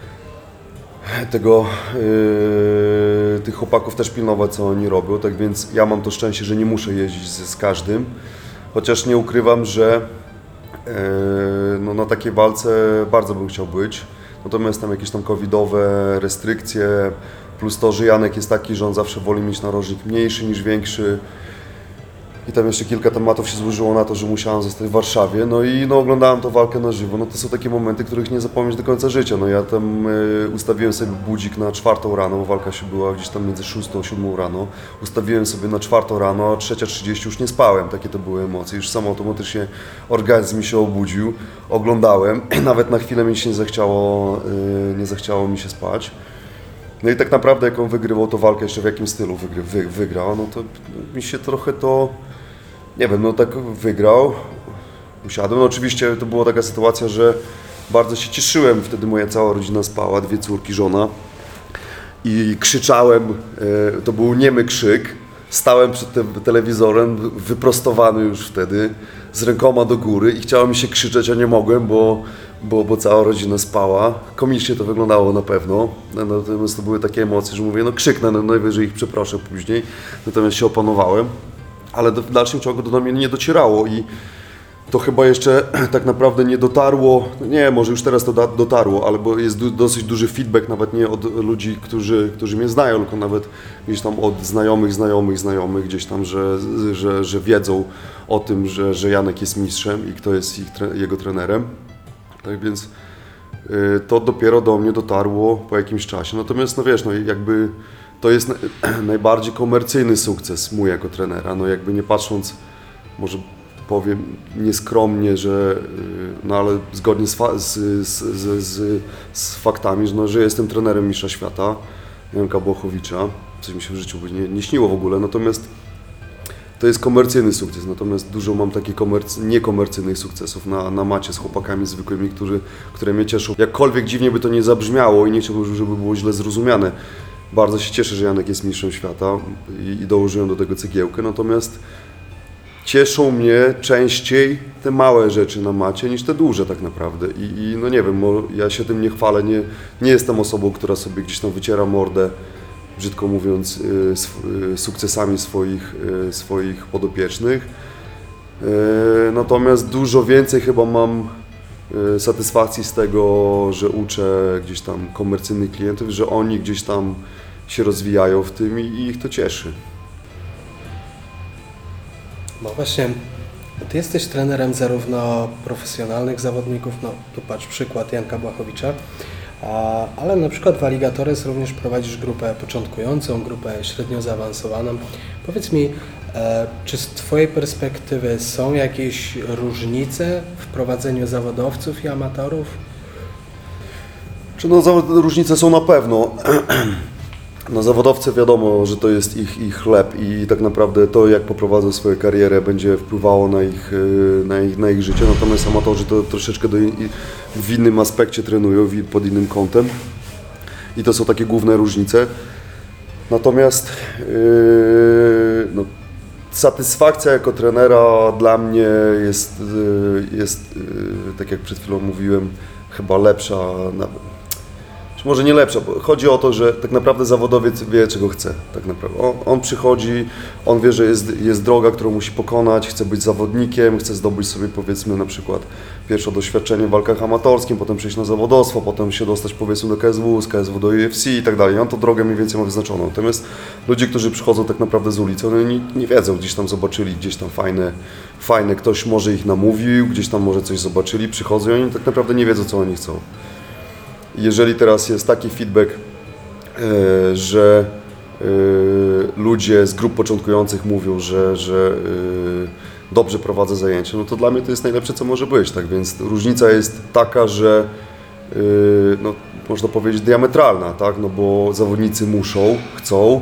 tych chłopaków też pilnować, co oni robią. Tak więc ja mam to szczęście, że nie muszę jeździć z każdym. Chociaż nie ukrywam, że no, na takiej walce bardzo bym chciał być. Natomiast tam jakieś tam covidowe restrykcje, plus to, że Janek jest taki, że on zawsze woli mieć narożnik mniejszy niż większy. I tam jeszcze kilka tematów się złożyło na to, że musiałem zostać w Warszawie. No i no, oglądałem tę walkę na żywo. No to są takie momenty, których nie zapomnisz do końca życia. No ja tam ustawiłem sobie budzik na 4 rano, bo walka się była gdzieś tam między 6 a 7 rano. Ustawiłem sobie na 4 rano, a 3:30 już nie spałem. Takie to były emocje. Już sam automatycznie organizm mi się obudził. Oglądałem. Nawet na chwilę mi się nie zachciało mi się spać. No i tak naprawdę jak on wygrywał tą walkę, jeszcze w jakim stylu wygrał, no to mi się trochę to, nie wiem, no tak wygrał, usiadłem. No oczywiście to była taka sytuacja, że bardzo się cieszyłem, wtedy moja cała rodzina spała, 2 córki, żona i krzyczałem, to był niemy krzyk, stałem przed tym telewizorem, wyprostowany już wtedy, z rękoma do góry i chciało mi się krzyczeć, a nie mogłem, bo cała rodzina spała. Komicznie to wyglądało na pewno, natomiast to były takie emocje, że mówię, no krzyknę, no najwyżej ich przeproszę później, natomiast się opanowałem, ale w dalszym ciągu to do mnie nie docierało i to chyba jeszcze tak naprawdę nie dotarło, nie, może już teraz to dotarło, ale bo jest dosyć duży feedback, nawet nie od ludzi, którzy mnie znają, tylko nawet gdzieś tam od znajomych gdzieś tam, że wiedzą o tym, że Janek jest mistrzem i kto jest jego trenerem. Tak więc to dopiero do mnie dotarło po jakimś czasie. Natomiast no wiesz, no jakby to jest najbardziej komercyjny sukces mój jako trenera, no jakby nie patrząc, może powiem nieskromnie, że no ale zgodnie z faktami, że jestem trenerem mistrza świata Janka Błachowicza, coś mi się w życiu nie śniło w ogóle, natomiast to jest komercyjny sukces, natomiast dużo mam takich niekomercyjnych sukcesów na macie z chłopakami zwykłymi, które mnie cieszą. Jakkolwiek dziwnie by to nie zabrzmiało i nie chciałbym, żeby było źle zrozumiane. Bardzo się cieszę, że Janek jest mistrzem świata i dołożyłem do tego cegiełkę, natomiast cieszą mnie częściej te małe rzeczy na macie niż te duże tak naprawdę. I no nie wiem, ja się tym nie chwalę, nie jestem osobą, która sobie gdzieś tam wyciera mordę, brzydko mówiąc, sukcesami swoich podopiecznych. Natomiast dużo więcej chyba mam satysfakcji z tego, że uczę gdzieś tam komercyjnych klientów, że oni gdzieś tam się rozwijają w tym i ich to cieszy. No właśnie, ty jesteś trenerem zarówno profesjonalnych zawodników, no tu patrz przykład Janka Błachowicza, ale na przykład w Alligatores również prowadzisz grupę początkującą, grupę średnio zaawansowaną. Powiedz mi, czy z twojej perspektywy są jakieś różnice w prowadzeniu zawodowców i amatorów? Czy no, różnice są na pewno. No, zawodowcy wiadomo, że to jest ich chleb i tak naprawdę to, jak poprowadzą swoją karierę, będzie wpływało na ich życie. Natomiast amatorzy to troszeczkę w innym aspekcie trenują, pod innym kątem. I to są takie główne różnice. Natomiast no, satysfakcja jako trenera dla mnie jest tak jak przed chwilą mówiłem, chyba lepsza. Może nie lepsza, bo chodzi o to, że tak naprawdę zawodowiec wie, czego chce. Tak naprawdę. On przychodzi, on wie, że jest droga, którą musi pokonać, chce być zawodnikiem, chce zdobyć sobie powiedzmy na przykład pierwsze doświadczenie w walkach amatorskim, potem przejść na zawodowstwo, potem się dostać powiedzmy do KSW, z KSW do UFC i tak dalej. On tą drogę mniej więcej ma wyznaczoną. Natomiast ludzie, którzy przychodzą tak naprawdę z ulicy, oni nie wiedzą, gdzieś tam zobaczyli, gdzieś tam fajne, ktoś może ich namówił, gdzieś tam może coś zobaczyli, przychodzą i oni tak naprawdę nie wiedzą, co oni chcą. Jeżeli teraz jest taki feedback, że ludzie z grup początkujących mówią, że dobrze prowadzę zajęcia, no to dla mnie to jest najlepsze, co może być. Tak więc różnica jest taka, że no, można powiedzieć diametralna, tak? No bo zawodnicy muszą, chcą,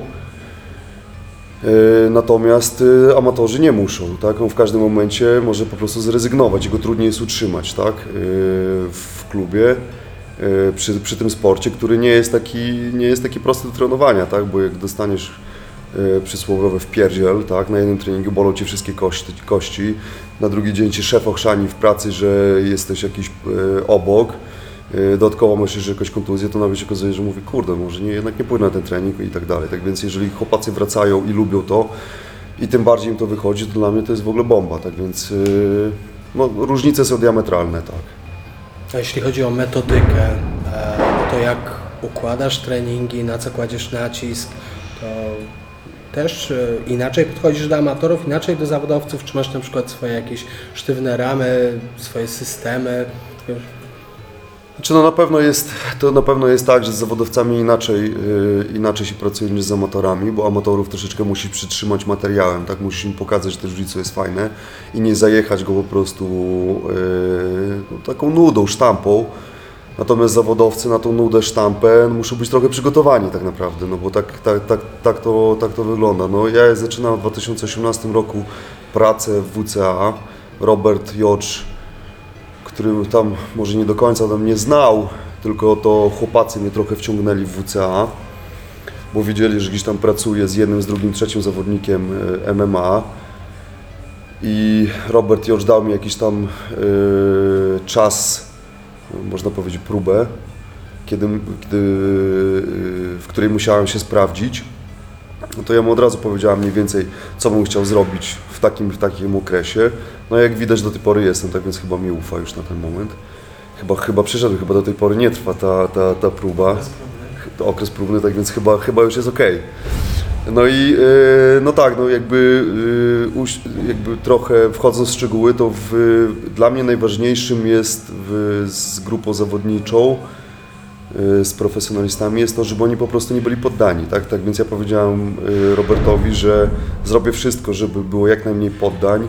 natomiast amatorzy nie muszą. Tak? On w każdym momencie może po prostu zrezygnować i go trudniej jest utrzymać, tak? W klubie. Przy tym sporcie, który nie jest taki prosty do trenowania, tak? Bo jak dostaniesz przysłowiowy wpierdziel, tak? Na jednym treningu bolą Cię wszystkie kości, na drugi dzień Cię szef ochrzani w pracy, że jesteś jakiś obok, dodatkowo masz jeszcze jakąś kontuzję, to nawet się okazuje, że mówi, kurde, może jednak nie pójdę na ten trening i tak dalej. Tak więc jeżeli chłopacy wracają i lubią to i tym bardziej im to wychodzi, to dla mnie to jest w ogóle bomba, tak więc no, różnice są diametralne, tak. A jeśli chodzi o metodykę, no to jak układasz treningi, na co kładziesz nacisk, to też inaczej podchodzisz do amatorów, inaczej do zawodowców, czy masz na przykład swoje jakieś sztywne ramy, swoje systemy? Znaczy, no na pewno jest tak, że z zawodowcami inaczej się pracuje niż z amatorami, bo amatorów troszeczkę musisz przytrzymać materiałem, tak? Musisz im pokazać, że to jiu-jitsu jest fajne i nie zajechać go po prostu no, taką nudą, sztampą. Natomiast zawodowcy na tą nudę, sztampę muszą być trochę przygotowani tak naprawdę, no bo tak to wygląda. No, ja zaczynałem w 2018 roku pracę w WCA. Robert Jocz, który tam może nie do końca tam mnie znał, tylko to chłopacy mnie trochę wciągnęli w WCA, bo wiedzieli, że gdzieś tam pracuję z jednym, z drugim, trzecim zawodnikiem MMA i Robert Jocz dał mi jakiś tam czas, można powiedzieć próbę, w której musiałem się sprawdzić. No to ja mu od razu powiedziałem mniej więcej, co bym chciał zrobić w takim okresie. No jak widać, do tej pory jestem, tak więc chyba mi ufa już na ten moment. Chyba przyszedł, chyba do tej pory nie trwa ta próba, okres próbny, tak więc chyba już jest okej. No i no tak, no jakby trochę wchodząc w szczegóły, to dla mnie najważniejszym jest z grupą zawodniczą, z profesjonalistami jest to, żeby oni po prostu nie byli poddani, tak? Tak więc ja powiedziałem Robertowi, że zrobię wszystko, żeby było jak najmniej poddań,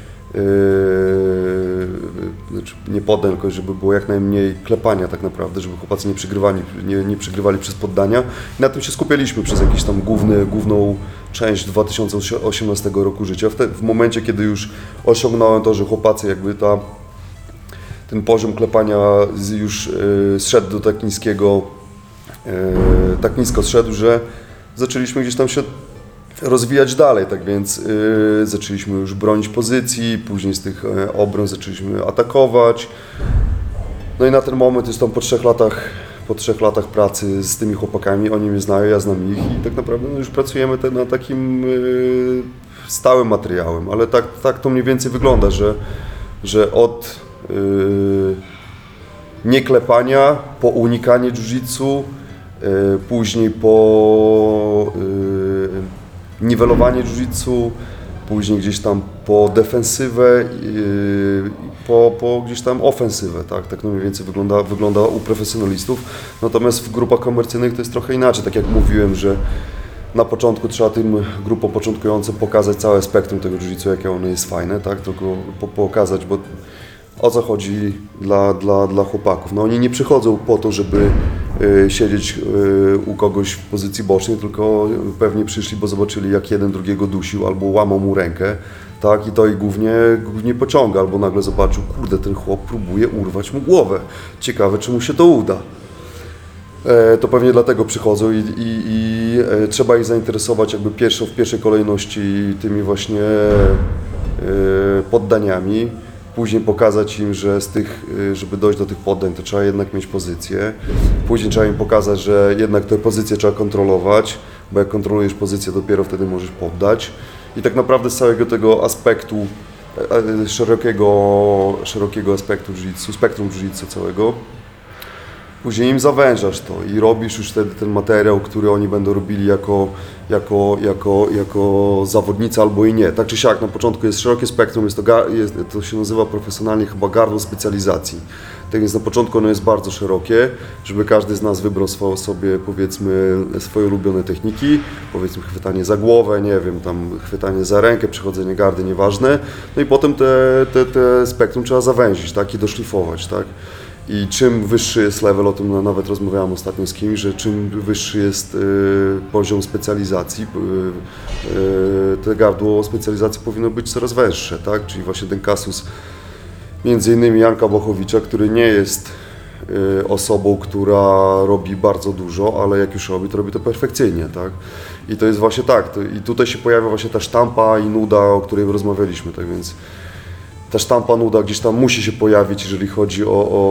znaczy nie poddań, tylko żeby było jak najmniej klepania tak naprawdę, żeby chłopacy nie przegrywali przez poddania. I na tym się skupialiśmy przez jakąś tam główną część 2018 roku życia. W momencie, kiedy już osiągnąłem to, że chłopacy jakby ten poziom klepania już zszedł do tak nisko zszedł, że zaczęliśmy gdzieś tam się rozwijać dalej, tak więc zaczęliśmy już bronić pozycji, później z tych obron zaczęliśmy atakować. No i na ten moment jest tam po trzech latach pracy z tymi chłopakami, oni mnie znają, ja znam ich i tak naprawdę no, już pracujemy nad takim stałym materiałem, ale tak to mniej więcej wygląda, że od nie klepania, po unikanie jiu-jitsu, później po niwelowanie jiu-jitsu, później gdzieś tam po defensywę, po gdzieś tam ofensywę, tak no mniej więcej wygląda u profesjonalistów. Natomiast w grupach komercyjnych to jest trochę inaczej, tak jak mówiłem, że na początku trzeba tym grupom początkującym pokazać całe spektrum tego jiu-jitsu, jakie ono jest fajne, tak, tylko pokazać, bo o co chodzi dla chłopaków. No oni nie przychodzą po to, żeby siedzieć u kogoś w pozycji bocznej, tylko pewnie przyszli, bo zobaczyli, jak jeden drugiego dusił albo łamał mu rękę, tak, i to ich głównie pociąga, albo nagle zobaczył, kurde, ten chłop próbuje urwać mu głowę, ciekawe, czy mu się to uda. To pewnie dlatego przychodzą i trzeba ich zainteresować jakby w pierwszej kolejności tymi właśnie poddaniami. Później pokazać im, że żeby dojść do tych poddań, to trzeba jednak mieć pozycję. Później trzeba im pokazać, że jednak tę pozycję trzeba kontrolować, bo jak kontrolujesz pozycję, dopiero wtedy możesz poddać. I tak naprawdę z całego tego aspektu, szerokiego aspektu jiu-jitsu, spektrum jiu-jitsu całego, później im zawężasz to i robisz już wtedy ten materiał, który oni będą robili jako zawodnicy albo i nie. Tak czy siak, na początku jest szerokie spektrum, to się nazywa profesjonalnie chyba gardło specjalizacji. Tak więc na początku ono jest bardzo szerokie, żeby każdy z nas wybrał sobie, powiedzmy, swoje ulubione techniki, powiedzmy chwytanie za głowę, nie wiem, tam chwytanie za rękę, przechodzenie gardy, nieważne. No i potem te spektrum trzeba zawęzić, tak, i doszlifować, tak. I czym wyższy jest level, o tym nawet rozmawiałem ostatnio z kimś, że czym wyższy jest poziom specjalizacji, te gardło specjalizacji powinno być coraz węższe, tak? Czyli właśnie ten kasus między innymi Janka Bochowicza, który nie jest osobą, która robi bardzo dużo, ale jak już robi, to robi to perfekcyjnie, tak? I to jest właśnie tak, i tutaj się pojawia właśnie ta sztampa i nuda, o której rozmawialiśmy, tak więc ta sztampa, nuda gdzieś tam musi się pojawić, jeżeli chodzi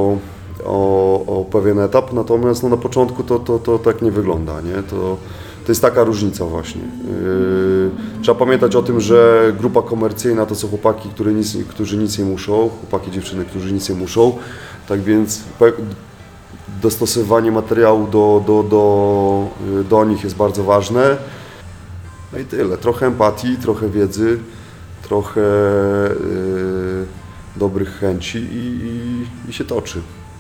o pewien etap, natomiast no, na początku to tak nie wygląda, nie? To jest taka różnica właśnie. Trzeba pamiętać o tym, że grupa komercyjna to są chłopaki, którzy nic nie muszą, chłopaki, dziewczyny, którzy nic nie muszą, tak więc dostosowanie materiału do nich jest bardzo ważne. No i tyle, trochę empatii, trochę wiedzy, trochę dobrych chęci i się toczy.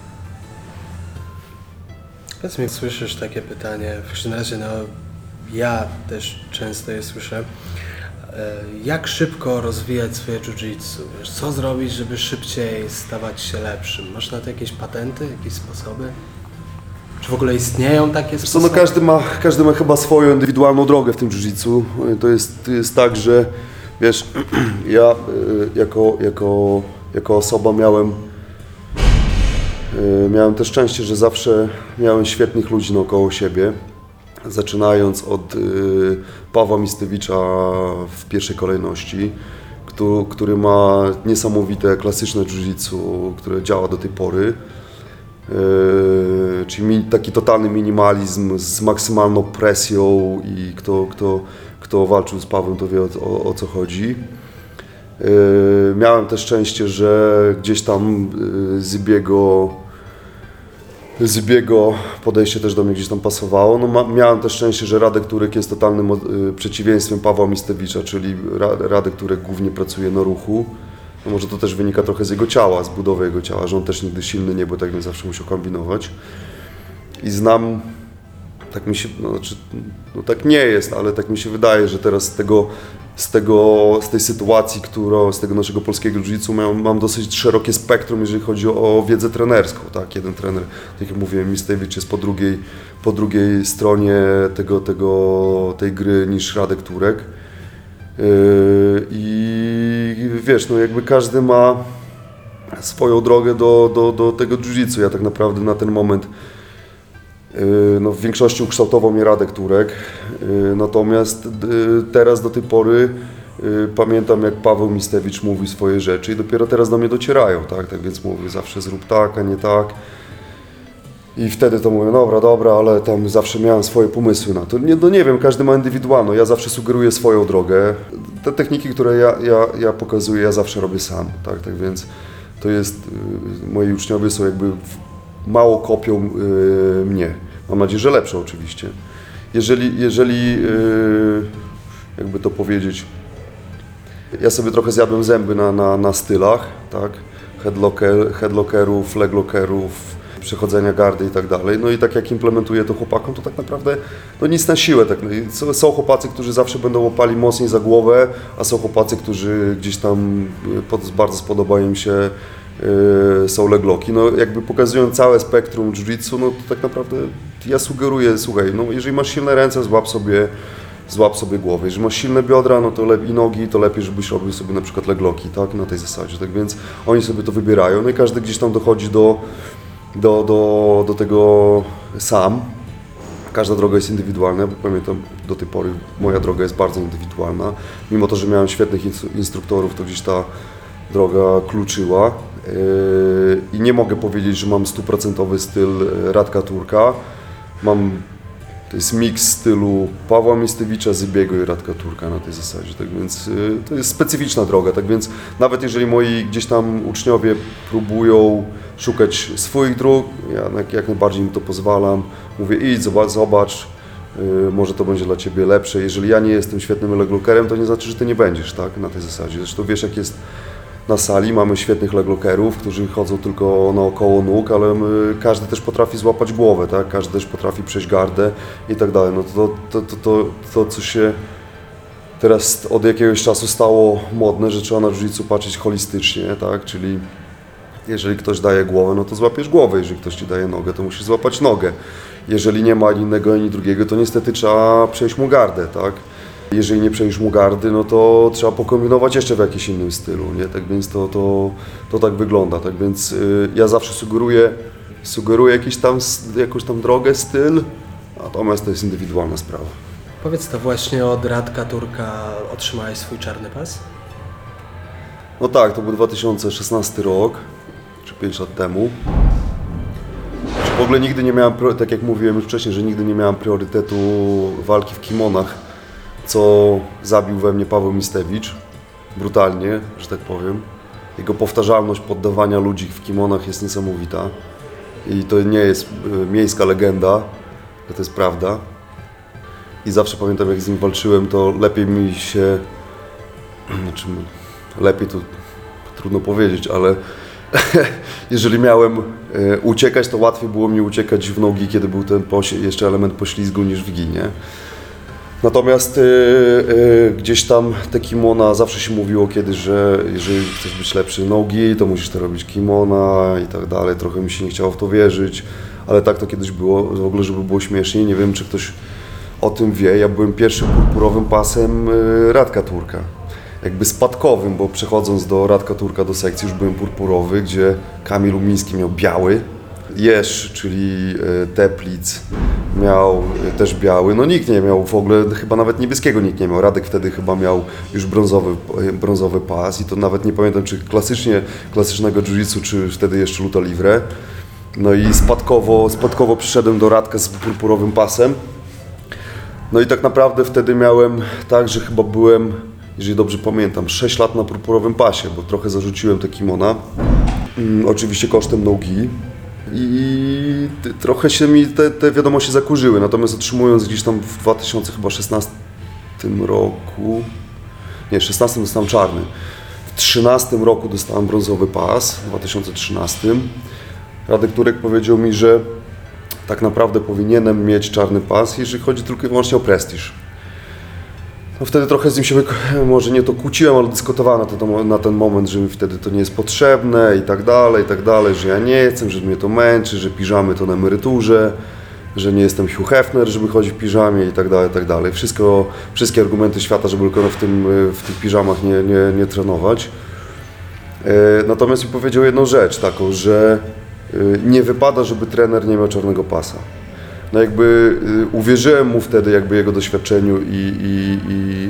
Powiedz mi, słyszysz takie pytanie, w każdym razie no, ja też często je słyszę. Jak szybko rozwijać swoje jiu-jitsu? Co zrobić, żeby szybciej stawać się lepszym? Masz na to jakieś patenty, jakieś sposoby? Czy w ogóle istnieją takie sposoby? No, każdy ma chyba swoją indywidualną drogę w tym jiu-jitsu. To jest tak, że wiesz, ja jako osoba miałem też szczęście, że zawsze miałem świetnych ludzi naokoło siebie. Zaczynając od Pawła Mistewicza w pierwszej kolejności, który ma niesamowite klasyczne jiu-jitsu, które działa do tej pory. Czyli taki totalny minimalizm z maksymalną presją i kto walczył z Pawłem, to wie o co chodzi. Miałem też szczęście, że gdzieś tam Zybiego podejście też do mnie gdzieś tam pasowało. No, miałem też szczęście, że Radek Turek jest totalnym przeciwieństwem Pawła Mistewicza, czyli Radek Turek głównie pracuje na ruchu. No, może to też wynika trochę z jego ciała, z budowy jego ciała, że on też nigdy silny nie był, tak więc zawsze musiał kombinować. I znam, tak mi się, no tak nie jest, ale tak mi się wydaje, że teraz z tej sytuacji, z tego naszego polskiego jiu-jitsu mam dosyć szerokie spektrum, jeżeli chodzi o wiedzę trenerską, tak? Jeden trener, tak jak mówiłem, Mistewicz jest po drugiej stronie tej gry niż Radek Turek. I wiesz, no jakby każdy ma swoją drogę do tego jiu-jitsu. Ja tak naprawdę na ten moment no w większości ukształtował mnie Radek Turek, natomiast teraz do tej pory pamiętam, jak Paweł Mistewicz mówi swoje rzeczy i dopiero teraz do mnie docierają, tak? Tak więc mówię, zawsze zrób tak, a nie tak. I wtedy to mówię, dobra, ale tam zawsze miałem swoje pomysły na to. Nie wiem, każdy ma indywidualną, ja zawsze sugeruję swoją drogę. Te techniki, które ja pokazuję, ja zawsze robię sam, tak? Tak więc to jest, moi uczniowie są jakby mało kopią mnie. Mam nadzieję, że lepsze oczywiście. Jeżeli jakby to powiedzieć, ja sobie trochę zjadłem zęby na stylach, tak? Headlockerów, leglockerów, przechodzenia gardy i tak dalej. No i tak jak implementuję to chłopakom, to tak naprawdę no nic na siłę. Tak. Są chłopacy, którzy zawsze będą łapali mocniej za głowę, a są chłopacy, którzy gdzieś tam bardzo spodoba im się są legloki. No jakby pokazując całe spektrum jiu-jitsu, no to tak naprawdę ja sugeruję, słuchaj, no jeżeli masz silne ręce, złap sobie głowę. Jeżeli masz silne biodra, no to i nogi, to lepiej, żebyś robił sobie na przykład legloki, tak, na tej zasadzie. Tak więc oni sobie to wybierają, no i każdy gdzieś tam dochodzi do tego sam. Każda droga jest indywidualna, bo pamiętam do tej pory moja droga jest bardzo indywidualna. Mimo to, że miałem świetnych instruktorów, to gdzieś ta droga kluczyła. I nie mogę powiedzieć, że mam 100% styl Radka Turka. To jest miks stylu Pawła Mistewicza, Zybiego i Radka Turka na tej zasadzie, tak więc to jest specyficzna droga, tak więc nawet jeżeli moi gdzieś tam uczniowie próbują szukać swoich dróg, ja jak najbardziej im to pozwalam, mówię idź, zobacz, może to będzie dla Ciebie lepsze, jeżeli ja nie jestem świetnym leglockerem, to nie znaczy, że Ty nie będziesz, tak, na tej zasadzie, zresztą wiesz jak jest na sali, mamy świetnych leglockerów, którzy chodzą tylko naokoło nóg, ale każdy też potrafi złapać głowę, tak? Każdy też potrafi przejść gardę i tak dalej. No to co się teraz od jakiegoś czasu stało modne, że trzeba na jiu-jitsu patrzeć holistycznie, tak? Czyli jeżeli ktoś daje głowę, no to złapiesz głowę, jeżeli ktoś Ci daje nogę, to musisz złapać nogę. Jeżeli nie ma ani jednego, ani drugiego, to niestety trzeba przejść mu gardę, tak? Jeżeli nie przejdziesz mu gardy, no to trzeba pokombinować jeszcze w jakimś innym stylu, nie? Tak więc to tak wygląda, tak więc ja zawsze sugeruję jakąś tam drogę, styl, natomiast to jest indywidualna sprawa. Powiedz, to właśnie od Radka Turka otrzymałeś swój czarny pas? No tak, to był 2016 rok, czy 5 lat temu. W ogóle nigdy nie miałem, tak jak mówiłem już wcześniej, że nigdy nie miałem priorytetu walki w kimonach, co zabił we mnie Paweł Mistewicz, brutalnie, że tak powiem. Jego powtarzalność poddawania ludzi w kimonach jest niesamowita i to nie jest miejska legenda, to jest prawda. I zawsze pamiętam, jak z nim walczyłem, to lepiej mi się, znaczy lepiej to trudno powiedzieć, ale jeżeli miałem uciekać, to łatwiej było mi uciekać w nogi, kiedy był ten jeszcze element poślizgu niż w ginie. Natomiast gdzieś tam te kimona, zawsze się mówiło kiedyś, że jeżeli chcesz być lepszy nogi, to musisz to robić kimona i tak dalej. Trochę mi się nie chciało w to wierzyć, ale tak to kiedyś było, w ogóle żeby było śmieszniej. Nie wiem, czy ktoś o tym wie. Ja byłem pierwszym purpurowym pasem Radka Turka. Jakby spadkowym, bo przechodząc do Radka Turka do sekcji już byłem purpurowy, gdzie Kamil Umiński miał biały. Jeż, czyli Teplic, miał też biały, no nikt nie miał w ogóle, chyba nawet niebieskiego nikt nie miał. Radek wtedy chyba miał już brązowy pas i to nawet nie pamiętam, czy klasycznego jiu-jitsu, czy wtedy jeszcze luta livre. No i spadkowo przyszedłem do Radka z purpurowym pasem. No i tak naprawdę wtedy miałem tak, że chyba byłem, jeżeli dobrze pamiętam, 6 lat na purpurowym pasie, bo trochę zarzuciłem te kimona, oczywiście kosztem nogi. I trochę się mi te wiadomości zakurzyły, natomiast otrzymując gdzieś tam w 2016 roku, nie, 16 dostałem czarny, w 13 roku dostałem brązowy pas, w 2013. Radek Turek powiedział mi, że tak naprawdę powinienem mieć czarny pas, jeżeli chodzi tylko i wyłącznie o prestiż. No wtedy trochę z nim się, może nie to kłóciłem, ale dyskutowałem na ten moment, że mi wtedy to nie jest potrzebne i tak dalej, że ja nie chcę, że mnie to męczy, że piżamy to na emeryturze, że nie jestem Hugh Hefner, żeby chodzić w piżamie i tak dalej. Wszystkie argumenty świata, żeby tylko w tych piżamach nie trenować. Natomiast mi powiedział jedną rzecz taką, że nie wypada, żeby trener nie miał czarnego pasa. No jakby uwierzyłem mu wtedy jakby jego doświadczeniu i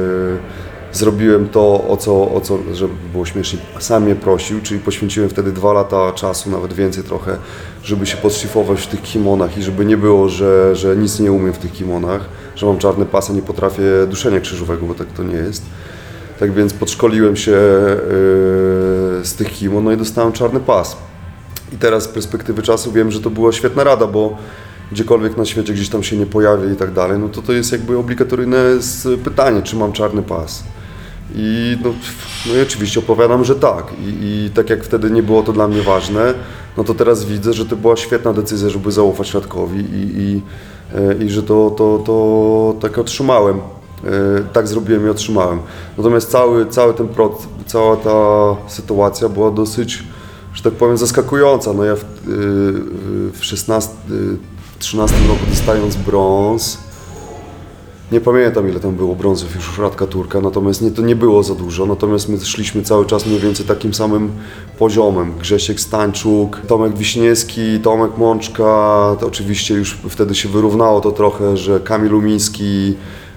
zrobiłem to, o co, żeby było śmiesznie, sam mnie prosił, czyli poświęciłem wtedy 2 lata czasu, nawet więcej trochę, żeby się podszlifować w tych kimonach i żeby nie było, że nic nie umiem w tych kimonach, że mam czarny pas, a nie potrafię duszenia krzyżowego, bo tak to nie jest. Tak więc podszkoliłem się z tych kimon, no i dostałem czarny pas. I teraz z perspektywy czasu wiem, że to była świetna rada, bo gdziekolwiek na świecie gdzieś tam się nie pojawię i tak dalej, no to jest jakby obligatoryjne pytanie, czy mam czarny pas. No i oczywiście opowiadam, że tak. I tak jak wtedy nie było to dla mnie ważne, no to teraz widzę, że to była świetna decyzja, żeby zaufać Radkowi i że to tak otrzymałem. Tak zrobiłem i otrzymałem. Natomiast cały ten proces, cała ta sytuacja była dosyć, że tak powiem, zaskakująca. No ja w 13 roku dostając brąz, nie pamiętam ile tam było brązów już Radka Turka, natomiast to nie było za dużo, natomiast my szliśmy cały czas mniej więcej takim samym poziomem. Grzesiek Stańczuk, Tomek Wiśniewski, Tomek Mączka, to oczywiście już wtedy się wyrównało to trochę, że Kamil Umiński,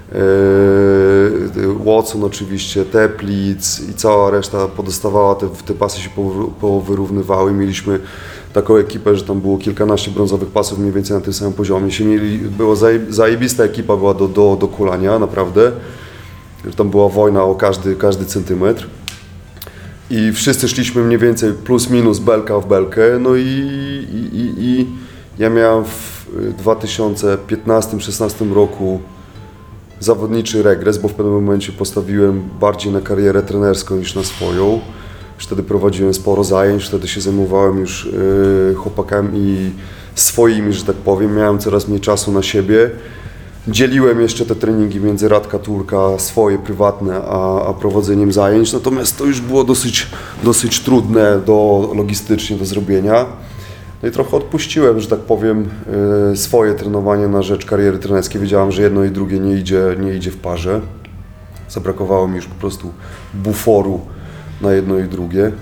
Watson oczywiście, Teplic i cała reszta podostawała, te pasy się powyrównywały. Mieliśmy taką ekipę, że tam było kilkanaście brązowych pasów mniej więcej na tym samym poziomie. Była zajebista ekipa była do kulania, naprawdę. Tam była wojna o każdy centymetr. I wszyscy szliśmy mniej więcej plus minus belka w belkę. No i ja miałem w 2015-16 roku zawodniczy regres, bo w pewnym momencie postawiłem bardziej na karierę trenerską niż na swoją. Już wtedy prowadziłem sporo zajęć, wtedy się zajmowałem już chłopakami swoimi, że tak powiem. Miałem coraz mniej czasu na siebie. Dzieliłem jeszcze te treningi między Radka Turka, swoje prywatne, a prowadzeniem zajęć. Natomiast to już było dosyć trudne logistycznie do zrobienia. No i trochę odpuściłem, że tak powiem, swoje trenowanie na rzecz kariery trenerskiej. Wiedziałem, że jedno i drugie nie idzie w parze. Zabrakowało mi już po prostu buforu na jedno i drugie.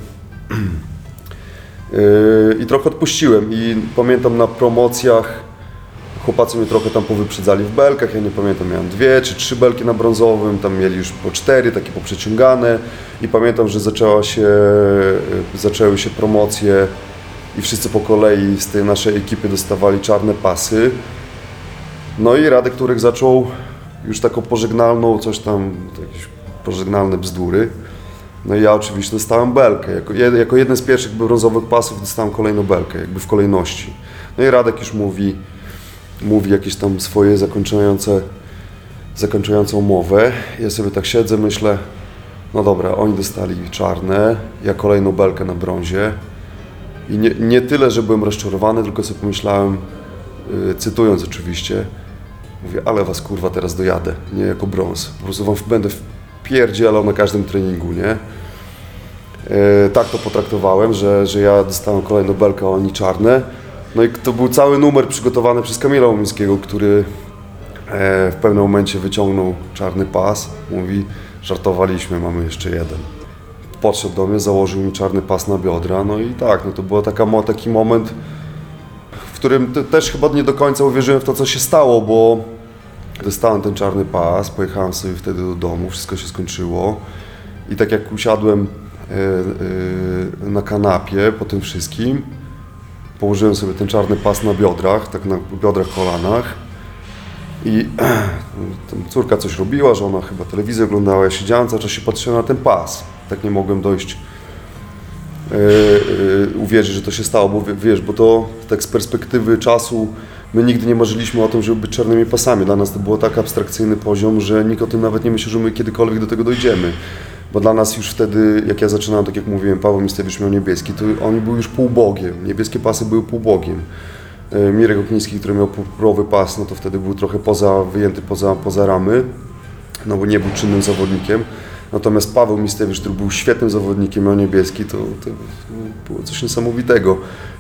I trochę odpuściłem i pamiętam na promocjach chłopacy mnie trochę tam powyprzedzali w belkach, ja nie pamiętam, miałem 2 czy 3 belki na brązowym, tam mieli już po 4, takie poprzeciągane i pamiętam, że zaczęły się promocje i wszyscy po kolei z tej naszej ekipy dostawali czarne pasy. No i Radek Turek zaczął już taką pożegnalną, coś tam, jakieś pożegnalne bzdury. No i ja oczywiście dostałem belkę. Jako jeden z pierwszych brązowych pasów dostałem kolejną belkę, jakby w kolejności. No i Radek już mówi jakieś tam swoje zakończającą mowę. Ja sobie tak siedzę, myślę, no dobra, oni dostali czarne, ja kolejną belkę na brązie. I nie tyle, że byłem rozczarowany, tylko sobie pomyślałem, cytując oczywiście, mówię, ale was kurwa teraz dojadę, nie jako brąz. Po prostu wam będę wpierdzielał na każdym treningu, nie? Tak to potraktowałem, że ja dostałem kolejną belkę, a oni czarne. No i to był cały numer przygotowany przez Kamila Umińskiego, który w pewnym momencie wyciągnął czarny pas. Mówi, żartowaliśmy, mamy jeszcze jeden. Podszedł do mnie, założył mi czarny pas na biodra, no i tak, no to był taki moment, w którym też chyba nie do końca uwierzyłem w to, co się stało, bo dostałem ten czarny pas, pojechałem sobie wtedy do domu, wszystko się skończyło i tak jak usiadłem na kanapie po tym wszystkim, położyłem sobie ten czarny pas na biodrach, tak na biodrach, kolanach i tam córka coś robiła, że ona chyba telewizję oglądała, ja siedziałem, cały czas się patrzyłem na ten pas. Tak nie mogłem uwierzyć, że to się stało, bo wiesz, bo to tak z perspektywy czasu my nigdy nie marzyliśmy o tym, żeby być czarnymi pasami. Dla nas to było tak abstrakcyjny poziom, że nikt o tym nawet nie myślał, że my kiedykolwiek do tego dojdziemy. Bo dla nas już wtedy, jak ja zaczynałem, tak jak mówiłem, Paweł Mistewicz miał niebieski, to oni byli już półbogiem. Niebieskie pasy były półbogiem. Mirek Okniński, który miał purpurowy pas, no to wtedy był trochę wyjęty poza ramy, no bo nie był czynnym zawodnikiem. Natomiast Paweł Mistewicz, który był świetnym zawodnikiem, miał niebieski, to było coś niesamowitego.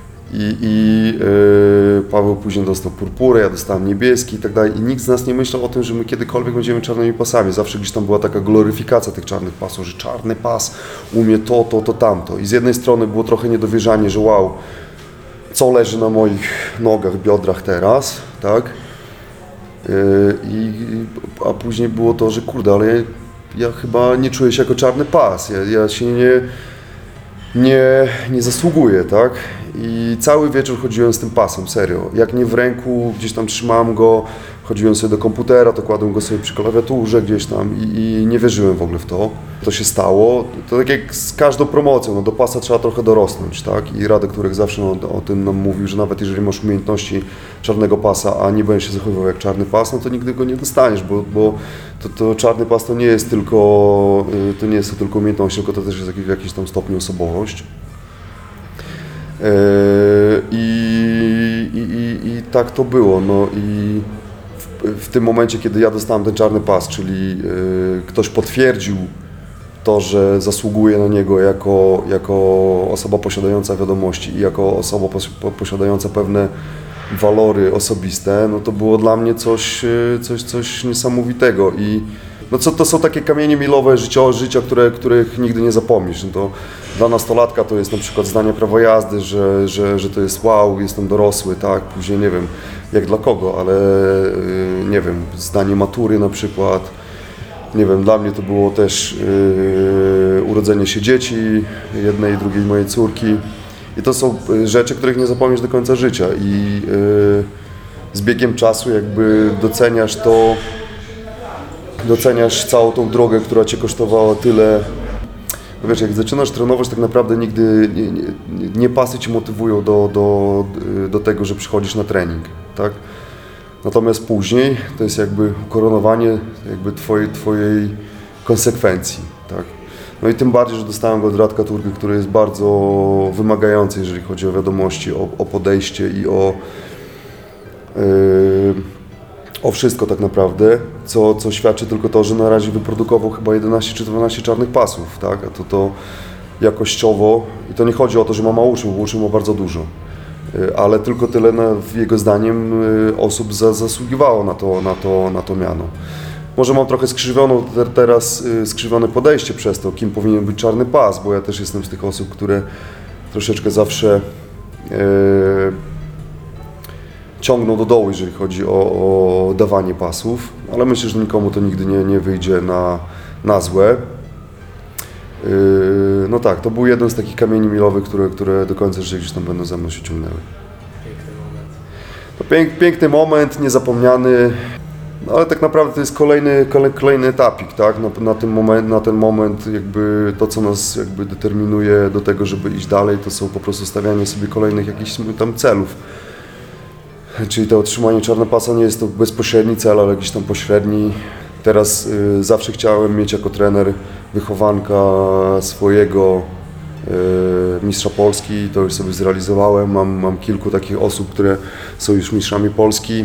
Paweł później dostał purpurę, ja dostałem niebieski i tak dalej. I nikt z nas nie myślał o tym, że my kiedykolwiek będziemy czarnymi pasami. Zawsze gdzieś tam była taka gloryfikacja tych czarnych pasów, że czarny pas umie to, tamto. I z jednej strony było trochę niedowierzanie, że wow, co leży na moich nogach, biodrach teraz, tak? A później było to, że kurde, ale ja chyba nie czuję się jako czarny pas. Ja się nie zasługuję, tak? i cały wieczór chodziłem z tym pasem, serio. Jak nie w ręku, gdzieś tam trzymałem go, chodziłem sobie do komputera, to kładłem go sobie przy klawiaturze gdzieś tam i nie wierzyłem w ogóle w to. To się stało. To tak jak z każdą promocją, no do pasa trzeba trochę dorosnąć, tak? I Radek Turek zawsze o tym nam mówił, że nawet jeżeli masz umiejętności czarnego pasa, a nie będziesz się zachowywał jak czarny pas, no to nigdy go nie dostaniesz, bo to czarny pas to nie jest tylko umiejętność, tylko to też jest w jakimś tam stopniu osobowość. I tak to było. No i w tym momencie, kiedy ja dostałem ten czarny pas, czyli ktoś potwierdził to, że zasługuje na niego jako osoba posiadająca wiadomości i jako osoba posiadająca pewne walory osobiste, no to było dla mnie coś niesamowitego. I no to są takie kamienie milowe życia, których nigdy nie zapomnisz. No to dla nastolatka to jest na przykład zdanie prawa jazdy, że to jest wow, jestem dorosły, tak? Później nie wiem jak dla kogo, ale nie wiem, zdanie matury na przykład. Nie wiem, dla mnie to było też urodzenie się dzieci, jednej i drugiej mojej córki. I to są rzeczy, których nie zapomnisz do końca życia. I z biegiem czasu jakby doceniasz całą tą drogę, która Cię kosztowała tyle. No wiesz, jak zaczynasz trenować, tak naprawdę nigdy nie pasy Cię motywują do tego, że przychodzisz na trening, tak? Natomiast później to jest jakby ukoronowanie jakby twojej konsekwencji, tak? No i tym bardziej, że dostałem go od Radka Turki, który jest bardzo wymagający, jeżeli chodzi o wiadomości, o podejście i o wszystko tak naprawdę, co świadczy tylko to, że na razie wyprodukował chyba 11 czy 12 czarnych pasów, tak? A to jakościowo, i to nie chodzi o to, że ma mało uczniów, bo uczniów ma bardzo dużo, ale tylko tyle, jego zdaniem, osób zasługiwało na to miano. Może mam trochę skrzywione podejście przez to, kim powinien być czarny pas, bo ja też jestem z tych osób, które troszeczkę zawsze ciągną do dołu, jeżeli chodzi o dawanie pasów, ale myślę, że nikomu to nigdy nie wyjdzie na złe. No tak, to był jeden z takich kamieni milowych, które do końca życia gdzieś tam będą ze mną się ciągnęły. Piękny moment. Piękny moment, niezapomniany, no ale tak naprawdę to jest kolejny etapik, tak? Na ten moment jakby to, co nas jakby determinuje do tego, żeby iść dalej, to są po prostu stawianie sobie kolejnych jakichś tam celów. Czyli to otrzymanie czarnego pasa nie jest to bezpośredni cel, ale jakiś tam pośredni. Teraz zawsze chciałem mieć jako trener wychowanka swojego mistrza Polski, to już sobie zrealizowałem. Mam kilku takich osób, które są już mistrzami Polski.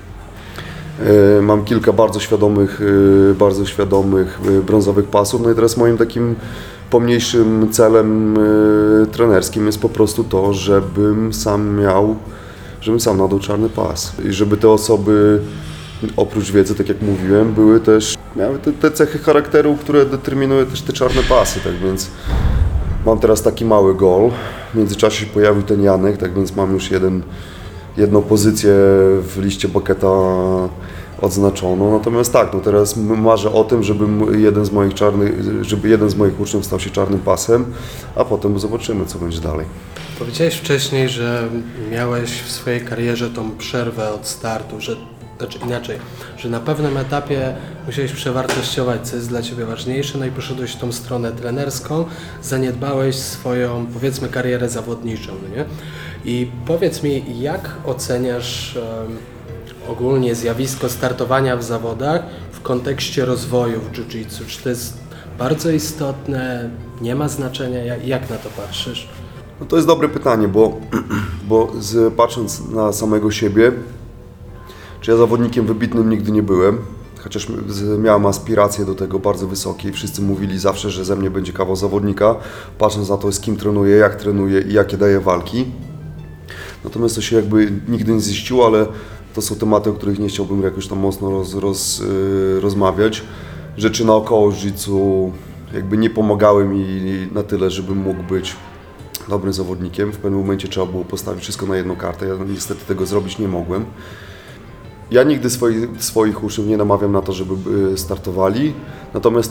Mam kilka bardzo świadomych brązowych pasów. No i teraz moim takim pomniejszym celem trenerskim jest po prostu to, żebym sam nadał czarny pas. I żeby te osoby, oprócz wiedzy, tak jak mówiłem, miały te cechy charakteru, które determinują też te czarne pasy. Tak więc mam teraz taki mały goal. W międzyczasie się pojawił ten Janek, tak więc mam już jedną pozycję w liście Bucketa odznaczoną. Natomiast tak, no teraz marzę o tym, żeby jeden z moich uczniów stał się czarnym pasem, a potem zobaczymy, co będzie dalej. Powiedziałeś wcześniej, że miałeś w swojej karierze tą przerwę od startu, że na pewnym etapie musiałeś przewartościować, co jest dla Ciebie ważniejsze, no i poszedłeś w tą stronę trenerską, zaniedbałeś swoją, powiedzmy, karierę zawodniczą, no nie? I powiedz mi, jak oceniasz ogólnie zjawisko startowania w zawodach w kontekście rozwoju w jiu-jitsu? Czy to jest bardzo istotne, nie ma znaczenia? Jak na to patrzysz? No to jest dobre pytanie, bo patrząc na samego siebie, czy ja zawodnikiem wybitnym nigdy nie byłem, chociaż miałem aspiracje do tego bardzo wysokie i wszyscy mówili zawsze, że ze mnie będzie kawał zawodnika, patrząc na to, z kim trenuję, jak trenuję i jakie daję walki. Natomiast to się jakby nigdy nie ziściło, ale to są tematy, o których nie chciałbym jakoś tam mocno rozmawiać. Rzeczy naokoło jiu-jitsu jakby nie pomagały mi na tyle, żebym mógł być dobrym zawodnikiem. W pewnym momencie trzeba było postawić wszystko na jedną kartę. Ja niestety tego zrobić nie mogłem. Ja nigdy swoich uczniów nie namawiam na to, żeby startowali. Natomiast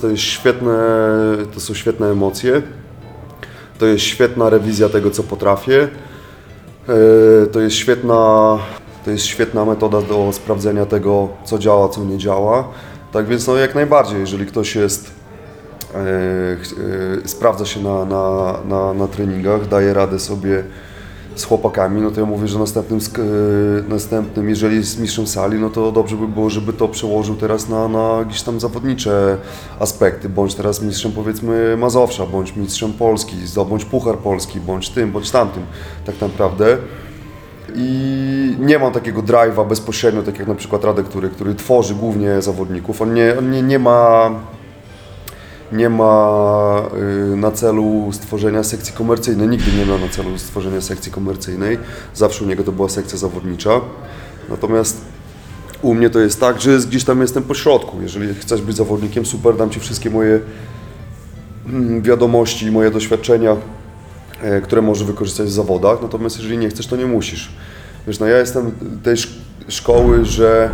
to są świetne emocje. To jest świetna rewizja tego, co potrafię. To jest świetna metoda do sprawdzenia tego, co działa, co nie działa. Tak więc no jak najbardziej, jeżeli ktoś jest, sprawdza się na treningach, daje radę sobie z chłopakami, no to ja mówię, że następnym, jeżeli jest mistrzem sali, no to dobrze by było, żeby to przełożył teraz na jakieś tam zawodnicze aspekty, bądź teraz mistrzem powiedzmy Mazowsza, bądź mistrzem Polski, zdobądź Puchar Polski, bądź tym, bądź tamtym, tak naprawdę. I nie mam takiego drive'a bezpośrednio, tak jak na przykład Radek, który tworzy głównie zawodników. On nie ma na celu stworzenia sekcji komercyjnej, nigdy nie miał na celu stworzenia sekcji komercyjnej, zawsze u niego to była sekcja zawodnicza. Natomiast u mnie to jest tak, że gdzieś tam jestem po środku. Jeżeli chcesz być zawodnikiem, super, dam Ci wszystkie moje wiadomości i moje doświadczenia, które możesz wykorzystać w zawodach, natomiast jeżeli nie chcesz, to nie musisz. Wiesz, no ja jestem tej szkoły, że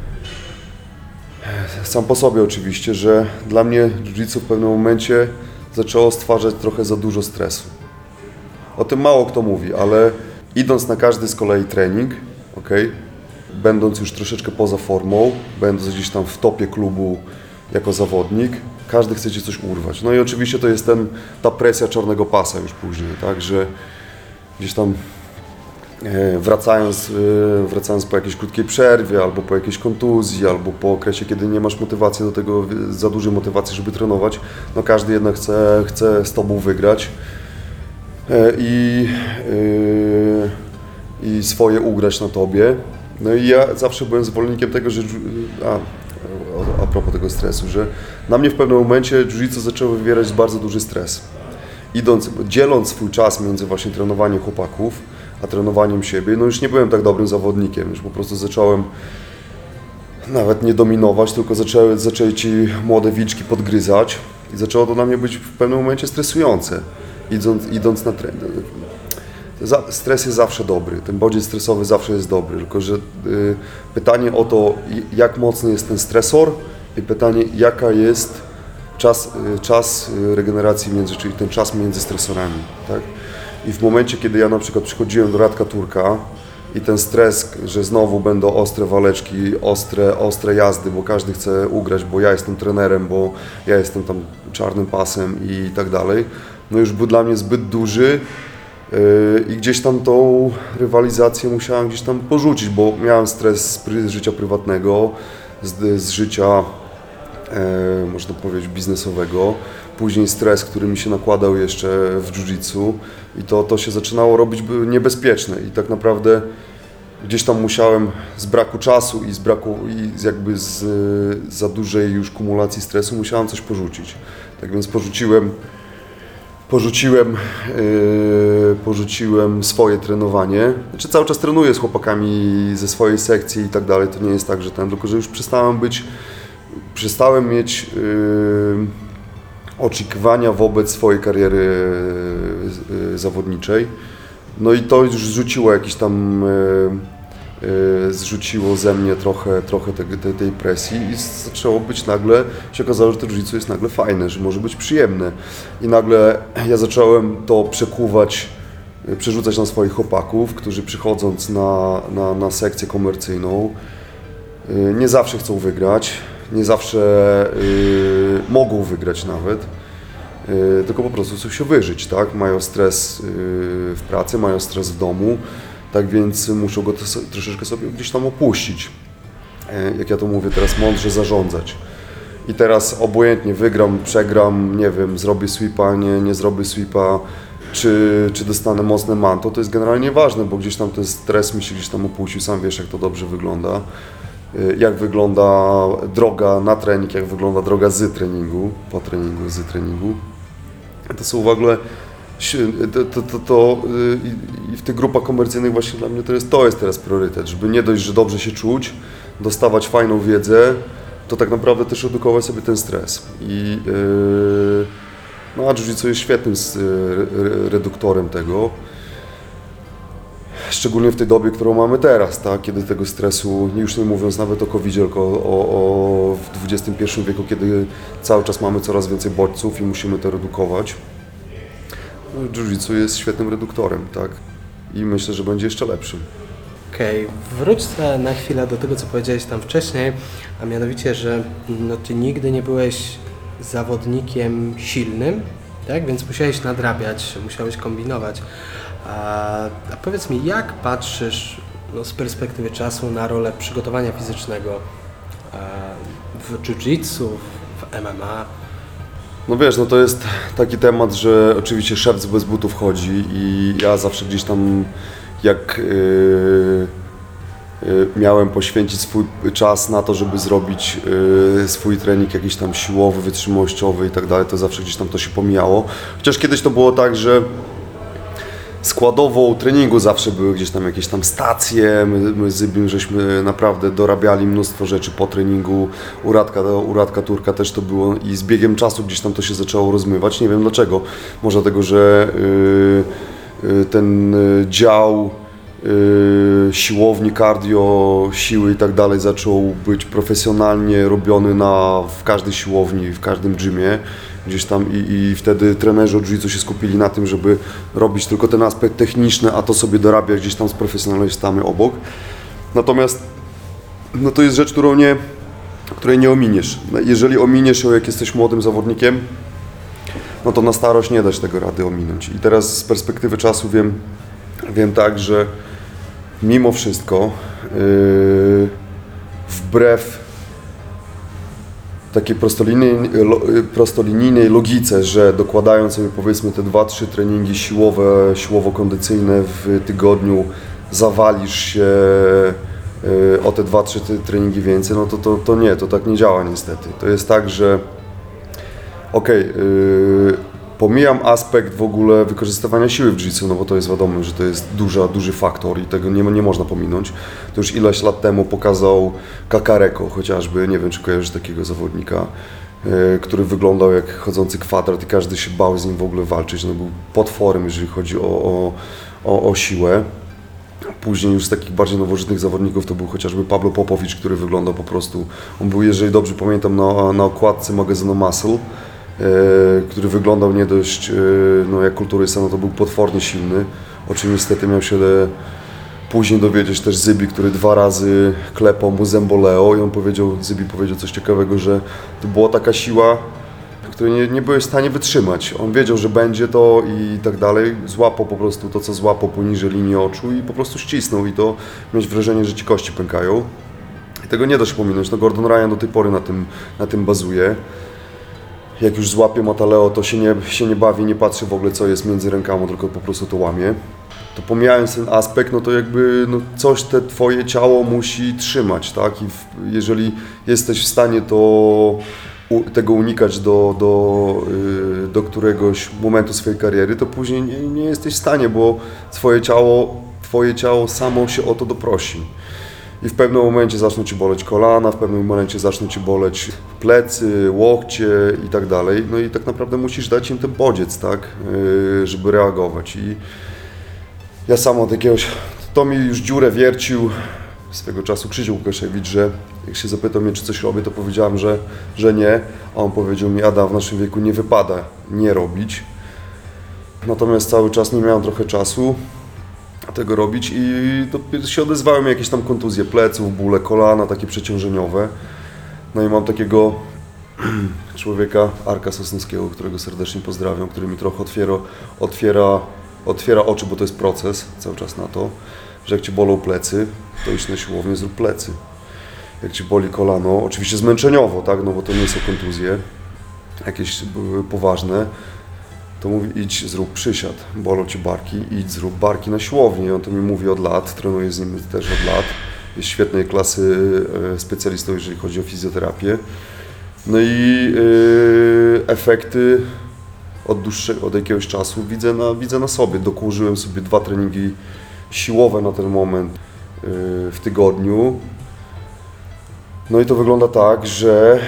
sam po sobie oczywiście, że dla mnie jiu-jitsu w pewnym momencie zaczęło stwarzać trochę za dużo stresu. O tym mało kto mówi, ale idąc na każdy z kolei trening, będąc już troszeczkę poza formą, będąc gdzieś tam w topie klubu jako zawodnik, każdy chce Ci coś urwać. No i oczywiście to jest ta presja czarnego pasa już później, tak, że gdzieś tam wracając po jakiejś krótkiej przerwie, albo po jakiejś kontuzji, albo po okresie, kiedy nie masz motywacji do tego, za dużej motywacji, żeby trenować, no każdy jednak chce z Tobą wygrać i swoje ugrać na Tobie. No i ja zawsze byłem zwolennikiem tego, że a propos tego stresu, że na mnie w pewnym momencie jiu-jitsu zaczęło wywierać bardzo duży stres. Dzieląc swój czas między właśnie trenowaniem chłopaków, a trenowaniem siebie, no już nie byłem tak dobrym zawodnikiem, już po prostu zacząłem nawet nie dominować, tylko zaczęły Ci młode wilczki podgryzać i zaczęło to dla mnie być w pewnym momencie stresujące, idąc na trening. Stres jest zawsze dobry, ten bodziec stresowy zawsze jest dobry, tylko że pytanie o to, jak mocny jest ten stresor i pytanie, jaka jest czas regeneracji czyli ten czas między stresorami, tak? I w momencie, kiedy ja na przykład przychodziłem do Radka Turka i ten stres, że znowu będą ostre waleczki, ostre jazdy, bo każdy chce ugrać, bo ja jestem trenerem, bo ja jestem tam czarnym pasem i tak dalej, no już był dla mnie zbyt duży i gdzieś tam tą rywalizację musiałem gdzieś tam porzucić, bo miałem stres z życia prywatnego, z życia, można powiedzieć, biznesowego. Później stres, który mi się nakładał jeszcze w jiu-jitsu i to się zaczynało robić niebezpieczne i tak naprawdę gdzieś tam musiałem z braku czasu i z za dużej już kumulacji stresu musiałem coś porzucić. Tak więc porzuciłem swoje trenowanie. Znaczy cały czas trenuję z chłopakami ze swojej sekcji i tak dalej, to nie jest tak, że tylko że już przestałem mieć oczekiwania wobec swojej kariery zawodniczej. No i to już zrzuciło ze mnie trochę tej presji i zaczęło być nagle, się okazało, że to jiu-jitsu jest nagle fajne, że może być przyjemne. I nagle ja zacząłem to przerzucać na swoich chłopaków, którzy przychodząc na sekcję komercyjną nie zawsze chcą wygrać, nie zawsze mogą wygrać nawet, tylko po prostu chcą się wyżyć, tak? Mają stres w pracy, mają stres w domu, tak więc muszą go troszeczkę sobie gdzieś tam opuścić. Jak ja to mówię teraz, mądrze zarządzać. I teraz obojętnie wygram, przegram, nie wiem, zrobię sweepa, nie zrobię sweepa, czy dostanę mocne manto, to jest generalnie ważne, bo gdzieś tam ten stres mi się gdzieś tam opuścił, sam wiesz, jak to dobrze wygląda. Jak wygląda droga na trening, jak wygląda droga z treningu, po treningu, z treningu. To są w ogóle, i w tych grupach komercyjnych właśnie dla mnie to jest teraz priorytet, żeby nie dość, że dobrze się czuć, dostawać fajną wiedzę, to tak naprawdę też redukować sobie ten stres. No a jiu-jitsu jest świetnym reduktorem tego. Szczególnie w tej dobie, którą mamy teraz, tak? Kiedy tego stresu, już nie mówiąc nawet o COVID-zie, tylko w XXI wieku, kiedy cały czas mamy coraz więcej bodźców i musimy to redukować. No, jiu-jitsu jest świetnym reduktorem, tak? i myślę, że będzie jeszcze lepszy. Okej, wróćmy na chwilę do tego, co powiedziałeś tam wcześniej, a mianowicie, że ty nigdy nie byłeś zawodnikiem silnym, tak? Więc musiałeś nadrabiać, musiałeś kombinować. A powiedz mi, jak patrzysz z perspektywy czasu na rolę przygotowania fizycznego w jiu-jitsu, w MMA? No wiesz, no to jest taki temat, że oczywiście szewc bez butów chodzi i ja zawsze gdzieś tam jak miałem poświęcić swój czas na to, żeby zrobić swój trening jakiś tam siłowy, wytrzymałościowy i tak dalej, to zawsze gdzieś tam to się pomijało. Chociaż kiedyś to było tak, że składową treningu zawsze były gdzieś tam jakieś tam stacje, my z Zybim żeśmy naprawdę dorabiali mnóstwo rzeczy po treningu, u Radka Turka też to było i z biegiem czasu gdzieś tam to się zaczęło rozmywać, nie wiem dlaczego, może dlatego, że ten dział siłowni, cardio, siły i tak dalej zaczął być profesjonalnie robiony w każdej siłowni, w każdym gymie gdzieś tam i wtedy trenerzy od jiu-jitsu się skupili na tym, żeby robić tylko ten aspekt techniczny, a to sobie dorabiać gdzieś tam z profesjonalistami obok. Natomiast no to jest rzecz, której nie ominiesz. Jeżeli ominiesz ją, jak jesteś młodym zawodnikiem, no to na starość nie da się tego rady ominąć. I teraz z perspektywy czasu wiem tak, że mimo wszystko wbrew takiej prostolinijnej logice, że dokładając sobie powiedzmy te 2-3 treningi siłowo-kondycyjne w tygodniu zawalisz się o te 2-3 treningi więcej, no to nie, to tak nie działa niestety. To jest tak, że pomijam aspekt w ogóle wykorzystywania siły w jiu-jitsu, no bo to jest wiadomo, że to jest duży faktor i tego nie można pominąć. To już ileś lat temu pokazał Kakareko chociażby, nie wiem czy kojarzysz takiego zawodnika, który wyglądał jak chodzący kwadrat i każdy się bał z nim w ogóle walczyć. No był potworem, jeżeli chodzi o siłę. Później już z takich bardziej nowożytnych zawodników to był chociażby Pablo Popowicz, który wyglądał po prostu, on był, jeżeli dobrze pamiętam, na okładce magazynu Muscle, który wyglądał nie dość jak kulturysta, no to był potwornie silny, o czym niestety miał się później dowiedzieć też Zybi, który 2 razy klepał mu Zemboleo i Zybi powiedział coś ciekawego, że to była taka siła, której nie byłeś w stanie wytrzymać. On wiedział, że będzie to i tak dalej, złapał po prostu to, co złapał poniżej linii oczu i po prostu ścisnął i to mieć wrażenie, że ci kości pękają. I tego nie da się pominąć, no Gordon Ryan do tej pory na tym bazuje. Jak już złapie Mataleo, to się nie bawi, nie patrzy w ogóle co jest między rękami, tylko po prostu to łamie. To pomijając ten aspekt, no to jakby coś twoje ciało musi trzymać, tak? I jeżeli jesteś w stanie tego unikać do któregoś momentu swojej kariery, to później nie jesteś w stanie, bo twoje ciało samo się o to doprosi. I w pewnym momencie zaczną ci boleć kolana, w pewnym momencie zaczną ci boleć plecy, łokcie i tak dalej. No i tak naprawdę musisz dać im ten bodziec, tak, żeby reagować. I ja sam od jakiegoś, to mi już dziurę wiercił swego czasu Krzysiu Łukaszewicz, że jak się zapytał mnie, czy coś robię, to powiedziałem, że nie, a on powiedział mi, Ada, w naszym wieku nie wypada nie robić. Natomiast cały czas nie miałem trochę czasu tego robić i to się odezwały mi jakieś tam kontuzje pleców, bóle kolana, takie przeciążeniowe. No i mam takiego człowieka, Arka Sosnowskiego, którego serdecznie pozdrawiam, który mi trochę otwiera oczy, bo to jest proces cały czas na to, że jak Cię bolą plecy, to idź na siłownię, zrób plecy. Jak Cię boli kolano, oczywiście zmęczeniowo, tak, no bo to nie są kontuzje jakieś poważne, to mówi, idź, zrób przysiad, bolą Cię barki, idź, zrób barki na siłowni. On to mi mówi od lat, trenuję z nim też od lat. Jest świetnej klasy specjalistą, jeżeli chodzi o fizjoterapię. No i efekty od jakiegoś czasu widzę na sobie. Dołożyłem sobie 2 treningi siłowe na ten moment w tygodniu. No i to wygląda tak, że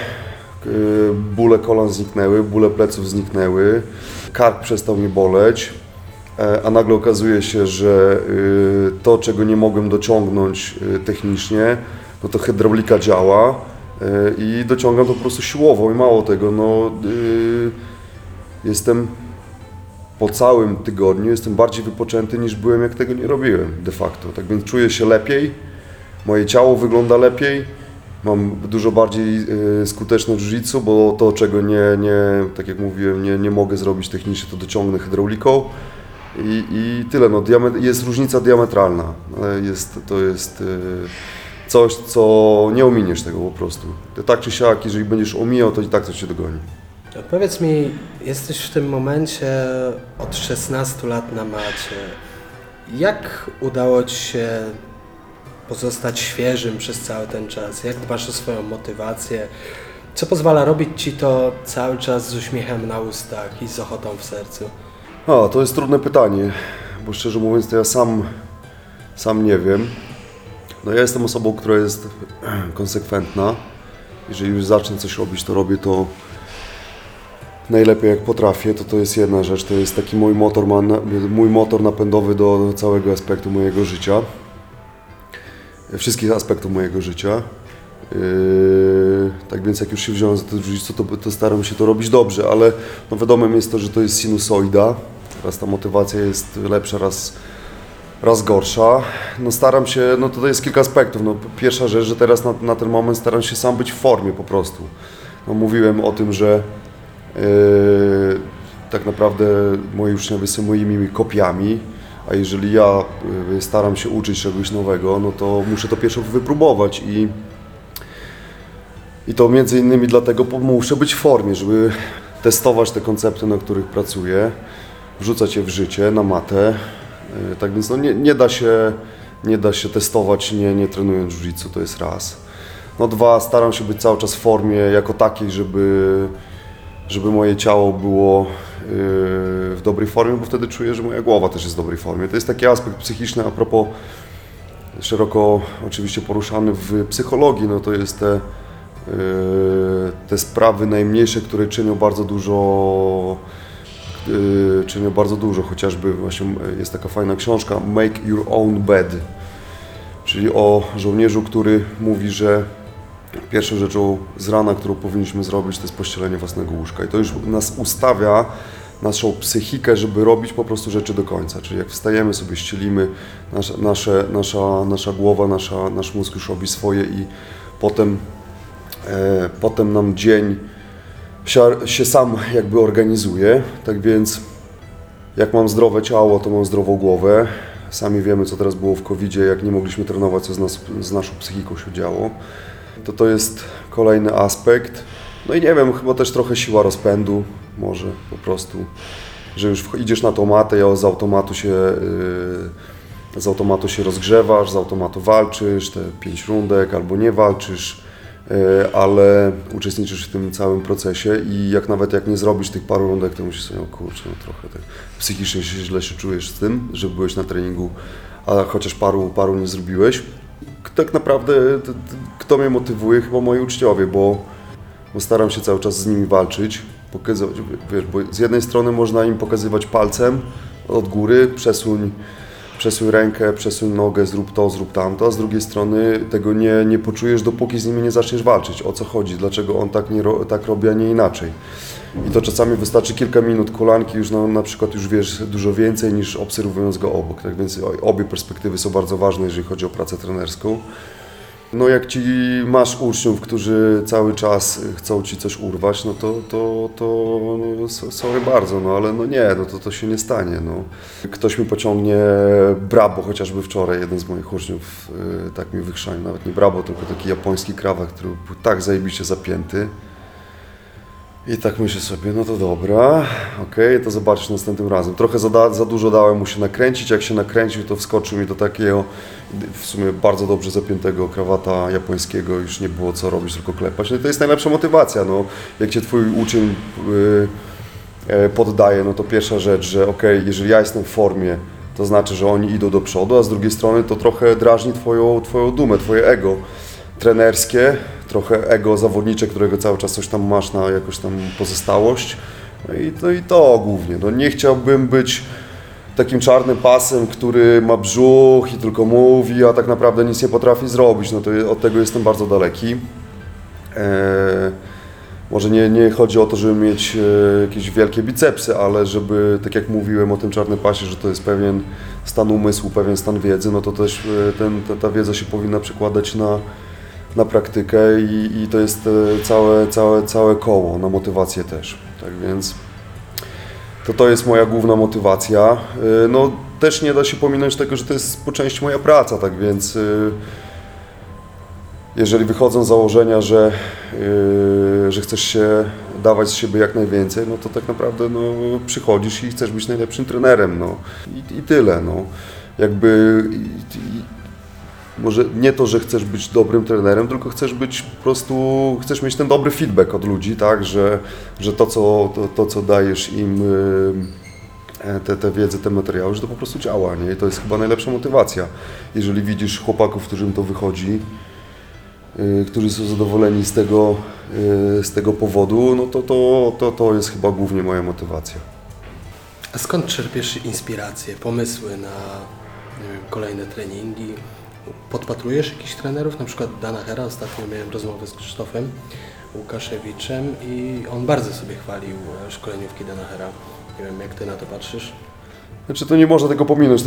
bóle kolan zniknęły, bóle pleców zniknęły, kark przestał mi boleć, a nagle okazuje się, że to, czego nie mogłem dociągnąć technicznie, no to hydraulika działa i dociągam to po prostu siłowo i mało tego, no jestem po całym tygodniu jestem bardziej wypoczęty niż byłem, jak tego nie robiłem de facto. Tak więc czuję się lepiej, moje ciało wygląda lepiej, mam dużo bardziej skuteczne jiu-jitsu, bo to, czego tak jak mówiłem, nie mogę zrobić technicznie, to dociągnę hydrauliką i tyle. No, jest różnica diametralna, ale to jest coś, co nie ominiesz tego po prostu. Tak czy siak, jeżeli będziesz omijał, to i tak coś się dogoni. Powiedz mi, jesteś w tym momencie od 16 lat na macie. Jak udało Ci się pozostać świeżym przez cały ten czas? Jak dbasz o swoją motywację? Co pozwala robić Ci to cały czas z uśmiechem na ustach i z ochotą w sercu? To jest trudne pytanie, bo szczerze mówiąc to ja sam nie wiem. No ja jestem osobą, która jest konsekwentna. Jeżeli już zacznę coś robić, to robię to najlepiej jak potrafię. To jest jedna rzecz, to jest taki mój motor napędowy do całego aspektu mojego życia. Wszystkich aspektów mojego życia. Tak więc jak już się wziąłem za to jiu-jitsu, to staram się to robić dobrze, ale no wiadomym jest to, że to jest sinusoida. Raz ta motywacja jest lepsza, raz gorsza. No staram się, no to jest kilka aspektów. No, pierwsza rzecz, że teraz na ten moment staram się sam być w formie po prostu. No, mówiłem o tym, że tak naprawdę moi uczniowie są moimi kopiami, a jeżeli ja staram się uczyć czegoś nowego, no to muszę to pierwsze wypróbować i to między innymi dlatego muszę być w formie, żeby testować te koncepty, na których pracuję, wrzucać je w życie, na matę. Tak więc no nie da się testować nie trenując jiu-jitsu, to jest raz. No dwa, staram się być cały czas w formie jako takiej, żeby moje ciało było w dobrej formie, bo wtedy czuję, że moja głowa też jest w dobrej formie. To jest taki aspekt psychiczny a propos szeroko oczywiście poruszany w psychologii, no to jest te sprawy najmniejsze, które czynią bardzo dużo, chociażby właśnie jest taka fajna książka Make Your Own Bed, czyli o żołnierzu, który mówi, że pierwszą rzeczą z rana, którą powinniśmy zrobić, to jest pościelenie własnego łóżka i to już nas ustawia, naszą psychikę, żeby robić po prostu rzeczy do końca, czyli jak wstajemy, sobie ścielimy, nasza głowa, nasz mózg już robi swoje i potem nam dzień się sam jakby organizuje, tak więc jak mam zdrowe ciało, to mam zdrową głowę. Sami wiemy, co teraz było w COVID-zie, jak nie mogliśmy trenować, co z naszą psychiką się działo. To jest kolejny aspekt. No i nie wiem, chyba też trochę siła rozpędu, może po prostu, że już idziesz na tą matę, z automatu się rozgrzewasz, z automatu walczysz, te 5 rundek albo nie walczysz, ale uczestniczysz w tym całym procesie i jak nie zrobisz tych paru rundek, to musisz sobie, kurczę, no trochę tak psychicznie źle się czujesz z tym, że byłeś na treningu, a chociaż paru nie zrobiłeś. Tak naprawdę kto mnie motywuje? Chyba moi uczniowie, bo staram się cały czas z nimi walczyć, pokazywać, wiesz, bo z jednej strony można im pokazywać palcem od góry, przesuń rękę, przesuń nogę, zrób to, zrób tamto, a z drugiej strony tego nie poczujesz, dopóki z nimi nie zaczniesz walczyć. O co chodzi? Dlaczego on tak robi, a nie inaczej? I to czasami wystarczy kilka minut kolanki, już na przykład już wiesz dużo więcej niż obserwując go obok. Tak więc obie perspektywy są bardzo ważne, jeżeli chodzi o pracę trenerską. No jak masz uczniów, którzy cały czas chcą ci coś urwać, no to sorry bardzo, no ale no nie, no to się nie stanie. No. Ktoś mi pociągnie Brabo, chociażby wczoraj jeden z moich uczniów tak mi wykrzanił, nawet nie Brabo, tylko taki japoński krawat, który był tak zajebiście zapięty. I tak myślę sobie, no to dobra, okej, to zobaczysz następnym razem. Trochę za dużo dałem mu się nakręcić, jak się nakręcił, to wskoczył mi do takiego w sumie bardzo dobrze zapiętego krawata japońskiego, już nie było co robić, tylko klepać. No i to jest najlepsza motywacja, no. Jak cię twój uczeń poddaje, no to pierwsza rzecz, że okej, jeżeli ja jestem w formie, to znaczy, że oni idą do przodu, a z drugiej strony to trochę drażni twoją dumę, twoje ego trenerskie, trochę ego zawodnicze, którego cały czas coś tam masz na jakąś tam pozostałość. No i to głównie. No nie chciałbym być takim czarnym pasem, który ma brzuch i tylko mówi, a tak naprawdę nic nie potrafi zrobić. No to od tego jestem bardzo daleki. może nie chodzi o to, żeby mieć jakieś wielkie bicepsy, ale żeby, tak jak mówiłem o tym czarnym pasie, że to jest pewien stan umysłu, pewien stan wiedzy, no to też ta wiedza się powinna przekładać na praktykę i to jest całe koło, na motywację też. Tak więc to jest moja główna motywacja. No też nie da się pominąć tego, że to jest po części moja praca, tak więc jeżeli wychodzą z założenia, że chcesz się dawać z siebie jak najwięcej, no to tak naprawdę no, przychodzisz i chcesz być najlepszym trenerem, no i tyle, no. Jakby może nie to, że chcesz być dobrym trenerem, tylko chcesz być po prostu, chcesz mieć ten dobry feedback od ludzi, tak, że to co dajesz im, tę wiedzę, te materiały, że to po prostu działa, nie? I to jest chyba najlepsza motywacja. Jeżeli widzisz chłopaków, którym to wychodzi, którzy są zadowoleni z tego powodu, no to jest chyba głównie moja motywacja. A skąd czerpiesz inspiracje, pomysły na, nie wiem, kolejne treningi? Podpatrujesz jakichś trenerów? Na przykład Danachera, ostatnio miałem rozmowę z Krzysztofem Łukaszewiczem i on bardzo sobie chwalił szkoleniówki Danachera. Nie wiem, jak ty na to patrzysz? Znaczy to nie można tego pominąć,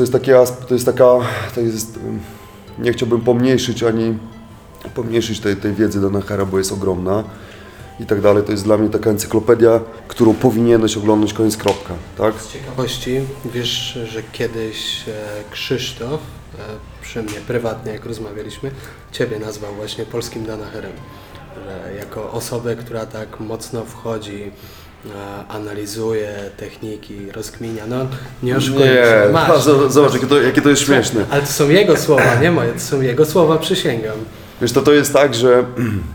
nie chciałbym pomniejszyć tej wiedzy Danachera, bo jest ogromna i tak dalej. To jest dla mnie taka encyklopedia, którą powinieneś oglądać, koniec, kropka, tak? Z ciekawości, wiesz, że kiedyś Krzysztof przy mnie prywatnie, jak rozmawialiśmy, ciebie nazwał właśnie polskim Danacherem, że jako osobę, która tak mocno wchodzi, analizuje techniki, rozkminia, no nie oszukuję się. Masz. Zobacz, jakie to jest śmieszne. Ale to są jego słowa, nie moje, to są jego słowa, przysięgam. Wiesz, to jest tak, że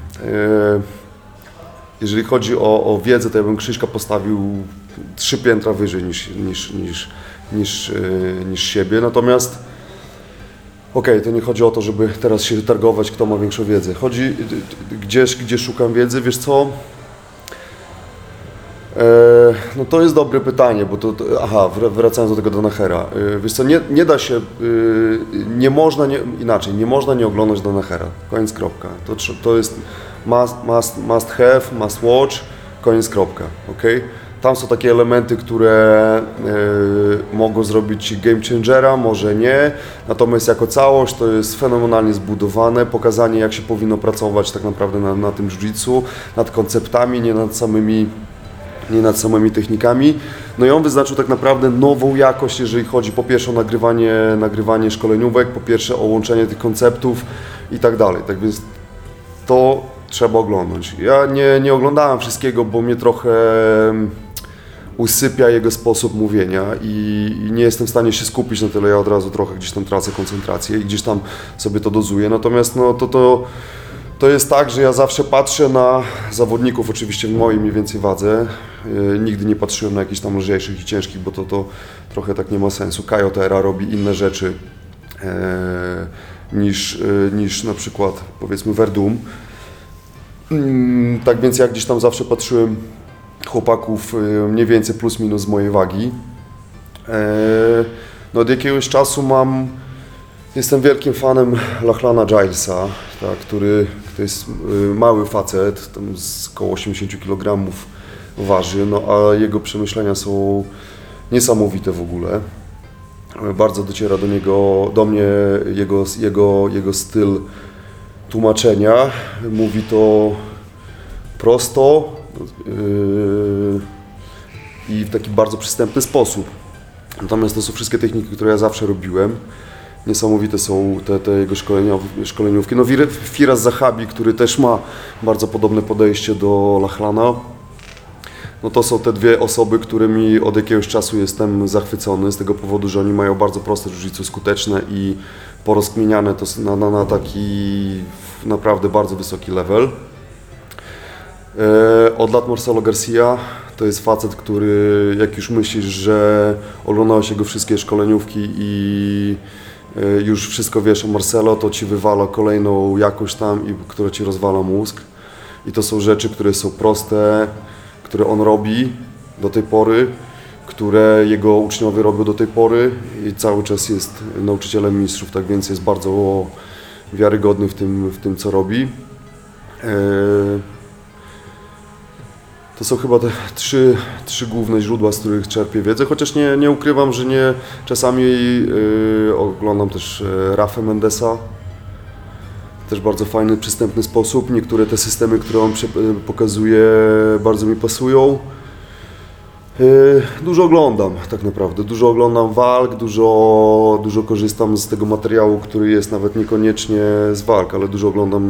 jeżeli chodzi o wiedzę, to ja bym Krzyśka postawił 3 piętra wyżej niż siebie, natomiast to nie chodzi o to, żeby teraz się targować, kto ma większą wiedzę. Chodzi gdzie szukam wiedzy, wiesz co? No to jest dobre pytanie, bo wracając do tego Danachera. Wiesz co, nie da się, nie można nie oglądać Danachera. Koniec, kropka. To jest must have, must watch, koniec, kropka. Okay? Tam są takie elementy, które mogą zrobić game changera, może nie. Natomiast jako całość to jest fenomenalnie zbudowane, pokazanie jak się powinno pracować tak naprawdę na tym jiu-jitsu, nad konceptami, nie nad samymi technikami. No i on wyznaczył tak naprawdę nową jakość, jeżeli chodzi po pierwsze o nagrywanie szkoleniówek, po pierwsze o łączenie tych konceptów i tak dalej. Tak więc to trzeba oglądać. Ja nie oglądałem wszystkiego, bo mnie trochę usypia jego sposób mówienia i nie jestem w stanie się skupić na tyle, ja od razu trochę gdzieś tam tracę koncentrację i gdzieś tam sobie to dozuję. Natomiast no to jest tak, że ja zawsze patrzę na zawodników, oczywiście w mojej mniej więcej wadze. Nigdy nie patrzyłem na jakichś tam lżejszych i ciężkich, bo to trochę tak nie ma sensu. Caio Terra robi inne rzeczy niż na przykład powiedzmy Werdum. Tak więc ja gdzieś tam zawsze patrzyłem chłopaków mniej więcej plus minus z mojej wagi. No od jakiegoś czasu jestem wielkim fanem Lachlana Gilesa, tak, który to jest mały facet, tam z około 80 kg waży, no a jego przemyślenia są niesamowite w ogóle. Bardzo dociera do mnie jego styl tłumaczenia. Mówi to prosto i w taki bardzo przystępny sposób. Natomiast to są wszystkie techniki, które ja zawsze robiłem. Niesamowite są te jego szkoleniówki. No Firas Zahabi, który też ma bardzo podobne podejście do Lachlana. No to są te dwie osoby, którymi od jakiegoś czasu jestem zachwycony z tego powodu, że oni mają bardzo proste jiu-jitsu, skuteczne i porozkminiane to na taki naprawdę bardzo wysoki level. Od lat Marcelo Garcia to jest facet, który jak już myślisz, że oglądałeś jego wszystkie szkoleniówki i już wszystko wiesz o Marcelo, to ci wywala kolejną jakość tam, która ci rozwala mózg. I to są rzeczy, które są proste, które on robi do tej pory, które jego uczniowie robią do tej pory i cały czas jest nauczycielem mistrzów, tak więc jest bardzo wiarygodny w tym co robi. To są chyba te trzy główne źródła, z których czerpię wiedzę, chociaż nie ukrywam, że czasami oglądam też Rafę Mendesa. Też bardzo fajny, przystępny sposób. Niektóre te systemy, które on pokazuje, bardzo mi pasują. Dużo oglądam tak naprawdę, dużo oglądam walk, dużo korzystam z tego materiału, który jest nawet niekoniecznie z walk, ale dużo oglądam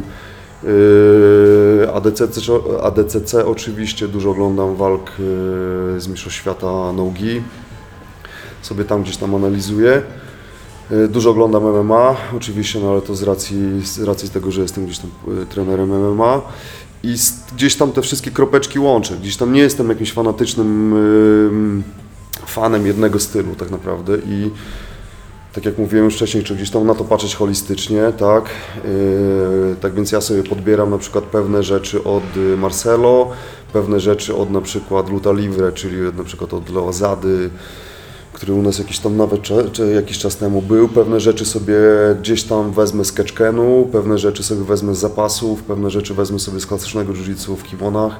ADCC oczywiście, dużo oglądam walk z Mistrzostw Świata no-gi, sobie tam gdzieś tam analizuję. Dużo oglądam MMA oczywiście, no ale to z racji tego, że jestem gdzieś tam trenerem MMA. I gdzieś tam te wszystkie kropeczki łączę. Gdzieś tam nie jestem jakimś fanatycznym fanem jednego stylu tak naprawdę i tak jak mówiłem już wcześniej, czy gdzieś tam na to patrzeć holistycznie, tak? Tak więc ja sobie podbieram na przykład pewne rzeczy od Marcelo, pewne rzeczy od na przykład Luta Livre, czyli na przykład od Loazady, który u nas jakiś tam nawet jakiś czas temu był. Pewne rzeczy sobie gdzieś tam wezmę z Ketchkenu, pewne rzeczy sobie wezmę z zapasów, pewne rzeczy wezmę sobie z klasycznego jiu-jitsu w kimonach.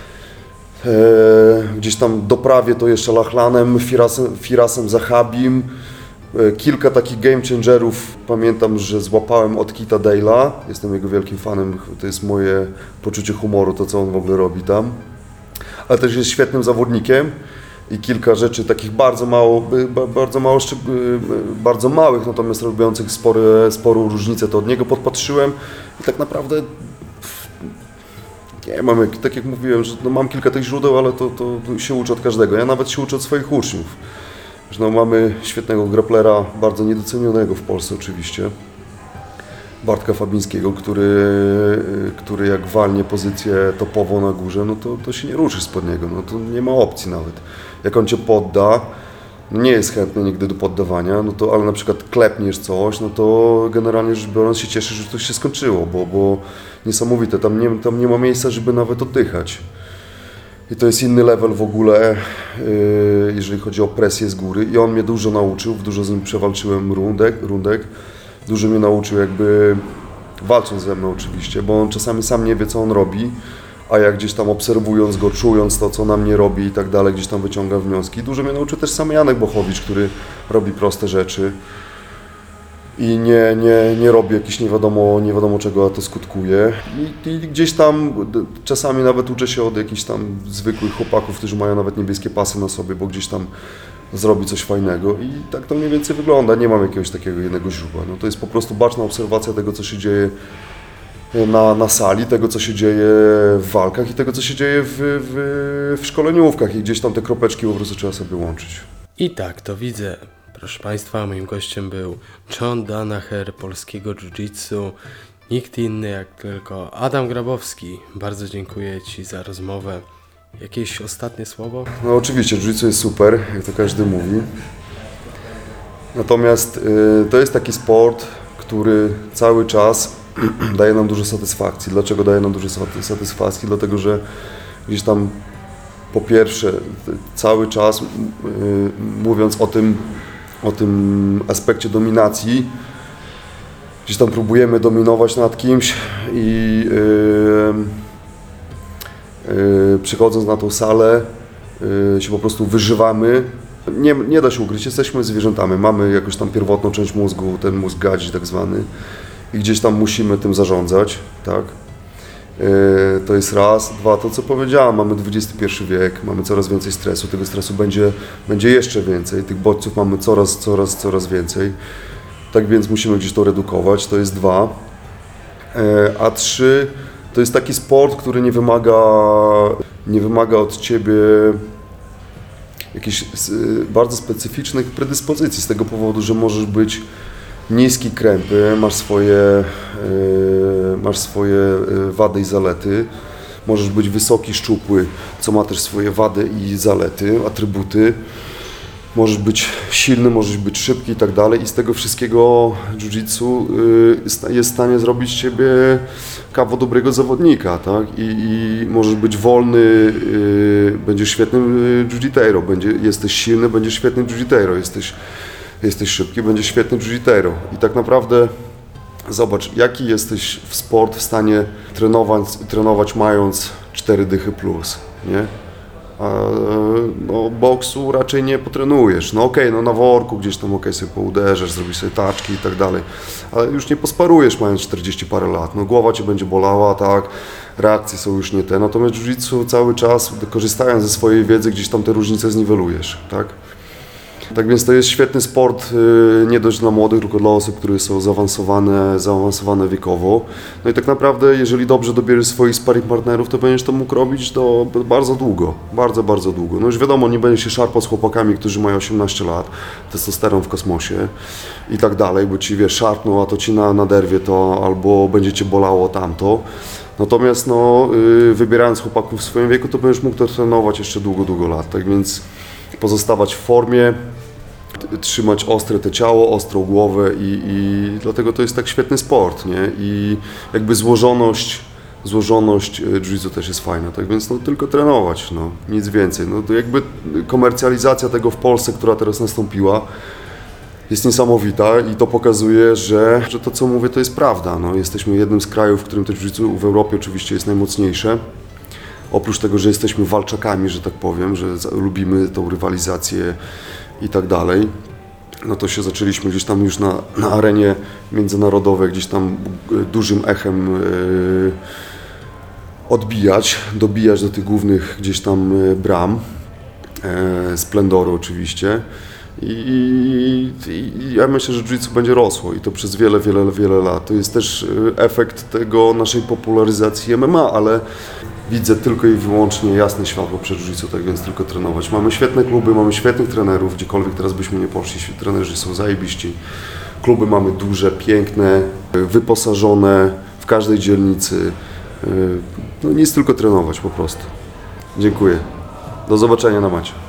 Gdzieś tam doprawię to jeszcze Lachlanem, Firasem Zahabim. Kilka takich game changerów pamiętam, że złapałem od Kita Dale'a. Jestem jego wielkim fanem, to jest moje poczucie humoru, to co on w ogóle robi tam. Ale też jest świetnym zawodnikiem. I kilka rzeczy takich bardzo małych, natomiast robiących sporą różnicę, to od niego podpatrzyłem i tak naprawdę nie mam, tak jak mówiłem, że no mam kilka tych źródeł, ale to się uczę od każdego. Ja nawet się uczę od swoich uczniów. Że no, mamy świetnego grapplera, bardzo niedocenionego w Polsce oczywiście, Bartka Fabińskiego, który jak walnie pozycję topową na górze, no to się nie ruszysz spod niego, no to nie ma opcji nawet. Jak on cię podda, nie jest chętny nigdy do poddawania, no to, ale na przykład klepniesz coś, no to generalnie rzecz biorąc się cieszysz, że to się skończyło, bo niesamowite, tam nie ma miejsca, żeby nawet oddychać. I to jest inny level w ogóle, jeżeli chodzi o presję z góry i on mnie dużo nauczył, dużo z nim przewalczyłem rundek. Dużo mnie nauczył jakby walcząc ze mną oczywiście, bo on czasami sam nie wie, co on robi, a ja gdzieś tam obserwując go, czując to, co na mnie robi i tak dalej, gdzieś tam wyciągam wnioski. Dużo mnie nauczył też sam Janek Bochowicz, który robi proste rzeczy i nie robi jakichś nie wiadomo czego to skutkuje. I gdzieś tam czasami nawet uczę się od jakichś tam zwykłych chłopaków, którzy mają nawet niebieskie pasy na sobie, bo gdzieś tam zrobi coś fajnego i tak to mniej więcej wygląda. Nie mam jakiegoś takiego jednego źródła. No to jest po prostu baczna obserwacja tego, co się dzieje na sali, tego, co się dzieje w walkach i tego, co się dzieje w szkoleniówkach i gdzieś tam te kropeczki po prostu trzeba sobie łączyć. I tak to widzę. Proszę Państwa, moim gościem był John Danaher polskiego jiu-jitsu. Nikt inny jak tylko Adam Grabowski. Bardzo dziękuję Ci za rozmowę. Jakieś ostatnie słowo? No oczywiście, jiu-jitsu jest super, jak to każdy mówi. Natomiast to jest taki sport, który cały czas daje nam dużo satysfakcji. Dlaczego daje nam dużo satysfakcji? Dlatego, że gdzieś tam po pierwsze cały czas mówiąc o tym aspekcie dominacji, gdzieś tam próbujemy dominować nad kimś i przychodząc na tą salę się po prostu wyżywamy. Nie da się ukryć, jesteśmy zwierzętami, mamy jakąś tam pierwotną część mózgu, ten mózg gadzi tak zwany i gdzieś tam musimy tym zarządzać, tak? To jest raz. Dwa, to co powiedziałem, mamy XXI wiek, mamy coraz więcej stresu, tego stresu będzie jeszcze więcej, tych bodźców mamy coraz więcej, tak więc musimy gdzieś to redukować, to jest dwa. A trzy, to jest taki sport, który nie wymaga od Ciebie jakichś bardzo specyficznych predyspozycji, z tego powodu, że możesz być niski, krępy, masz swoje wady i zalety, możesz być wysoki, szczupły, co ma też swoje wady i zalety, atrybuty, możesz być silny, możesz być szybki i tak dalej i z tego wszystkiego jiu-jitsu jest w stanie zrobić z Ciebie kawał dobrego zawodnika, tak? I możesz być wolny, będziesz świetnym jiu-jitero, jesteś silny, będziesz świetnym jiu-jitero, jesteś szybki, będziesz świetnym jiu-jitero i tak naprawdę zobacz, jaki jesteś w sport w stanie trenować mając 4 dychy plus. nie? A no, boksu raczej nie potrenujesz. No okej, no na worku gdzieś tam sobie pouderzasz, zrobisz sobie taczki i tak dalej, ale już nie posparujesz mając 40 parę lat. No głowa cię będzie bolała, tak, reakcje są już nie te. Natomiast jiu-jitsu cały czas, korzystając ze swojej wiedzy, gdzieś tam te różnice zniwelujesz, tak? Tak więc to jest świetny sport, nie dość dla młodych, tylko dla osób, które są zaawansowane wiekowo. No i tak naprawdę, jeżeli dobrze dobierzesz swoich sparring partnerów, to będziesz to mógł robić bardzo długo, bardzo długo. No już wiadomo, nie będziesz się szarpał z chłopakami, którzy mają 18 lat, testosteron w kosmosie i tak dalej, bo ci, wiesz, szarpną, a to ci naderwie to, albo będzie cię bolało tamto. Natomiast no, wybierając chłopaków w swoim wieku, to będziesz mógł to trenować jeszcze długo lat, tak więc pozostawać w formie, trzymać ostre te ciało, ostrą głowę i dlatego to jest tak świetny sport, nie? I jakby złożoność jiu-jitsu też jest fajna, tak więc no tylko trenować, no, nic więcej. No to jakby komercjalizacja tego w Polsce, która teraz nastąpiła, jest niesamowita i to pokazuje, że to, co mówię, to jest prawda. No, jesteśmy jednym z krajów, w którym to jiu-jitsu w Europie oczywiście jest najmocniejsze. Oprócz tego, że jesteśmy walczakami, że tak powiem, że lubimy tą rywalizację i tak dalej, no to się zaczęliśmy gdzieś tam już na arenie międzynarodowej gdzieś tam dużym echem dobijać do tych głównych gdzieś tam bram, Splendoru oczywiście. I ja myślę, że jiu-jitsu będzie rosło i to przez wiele lat. To jest też efekt tego naszej popularyzacji MMA, ale widzę tylko i wyłącznie jasne światło przed jiu-jitsu, tak więc tylko trenować. Mamy świetne kluby, mamy świetnych trenerów, gdziekolwiek teraz byśmy nie poszli, trenerzy są zajebiści. Kluby mamy duże, piękne, wyposażone w każdej dzielnicy. No nic, tylko trenować po prostu. Dziękuję. Do zobaczenia na macie.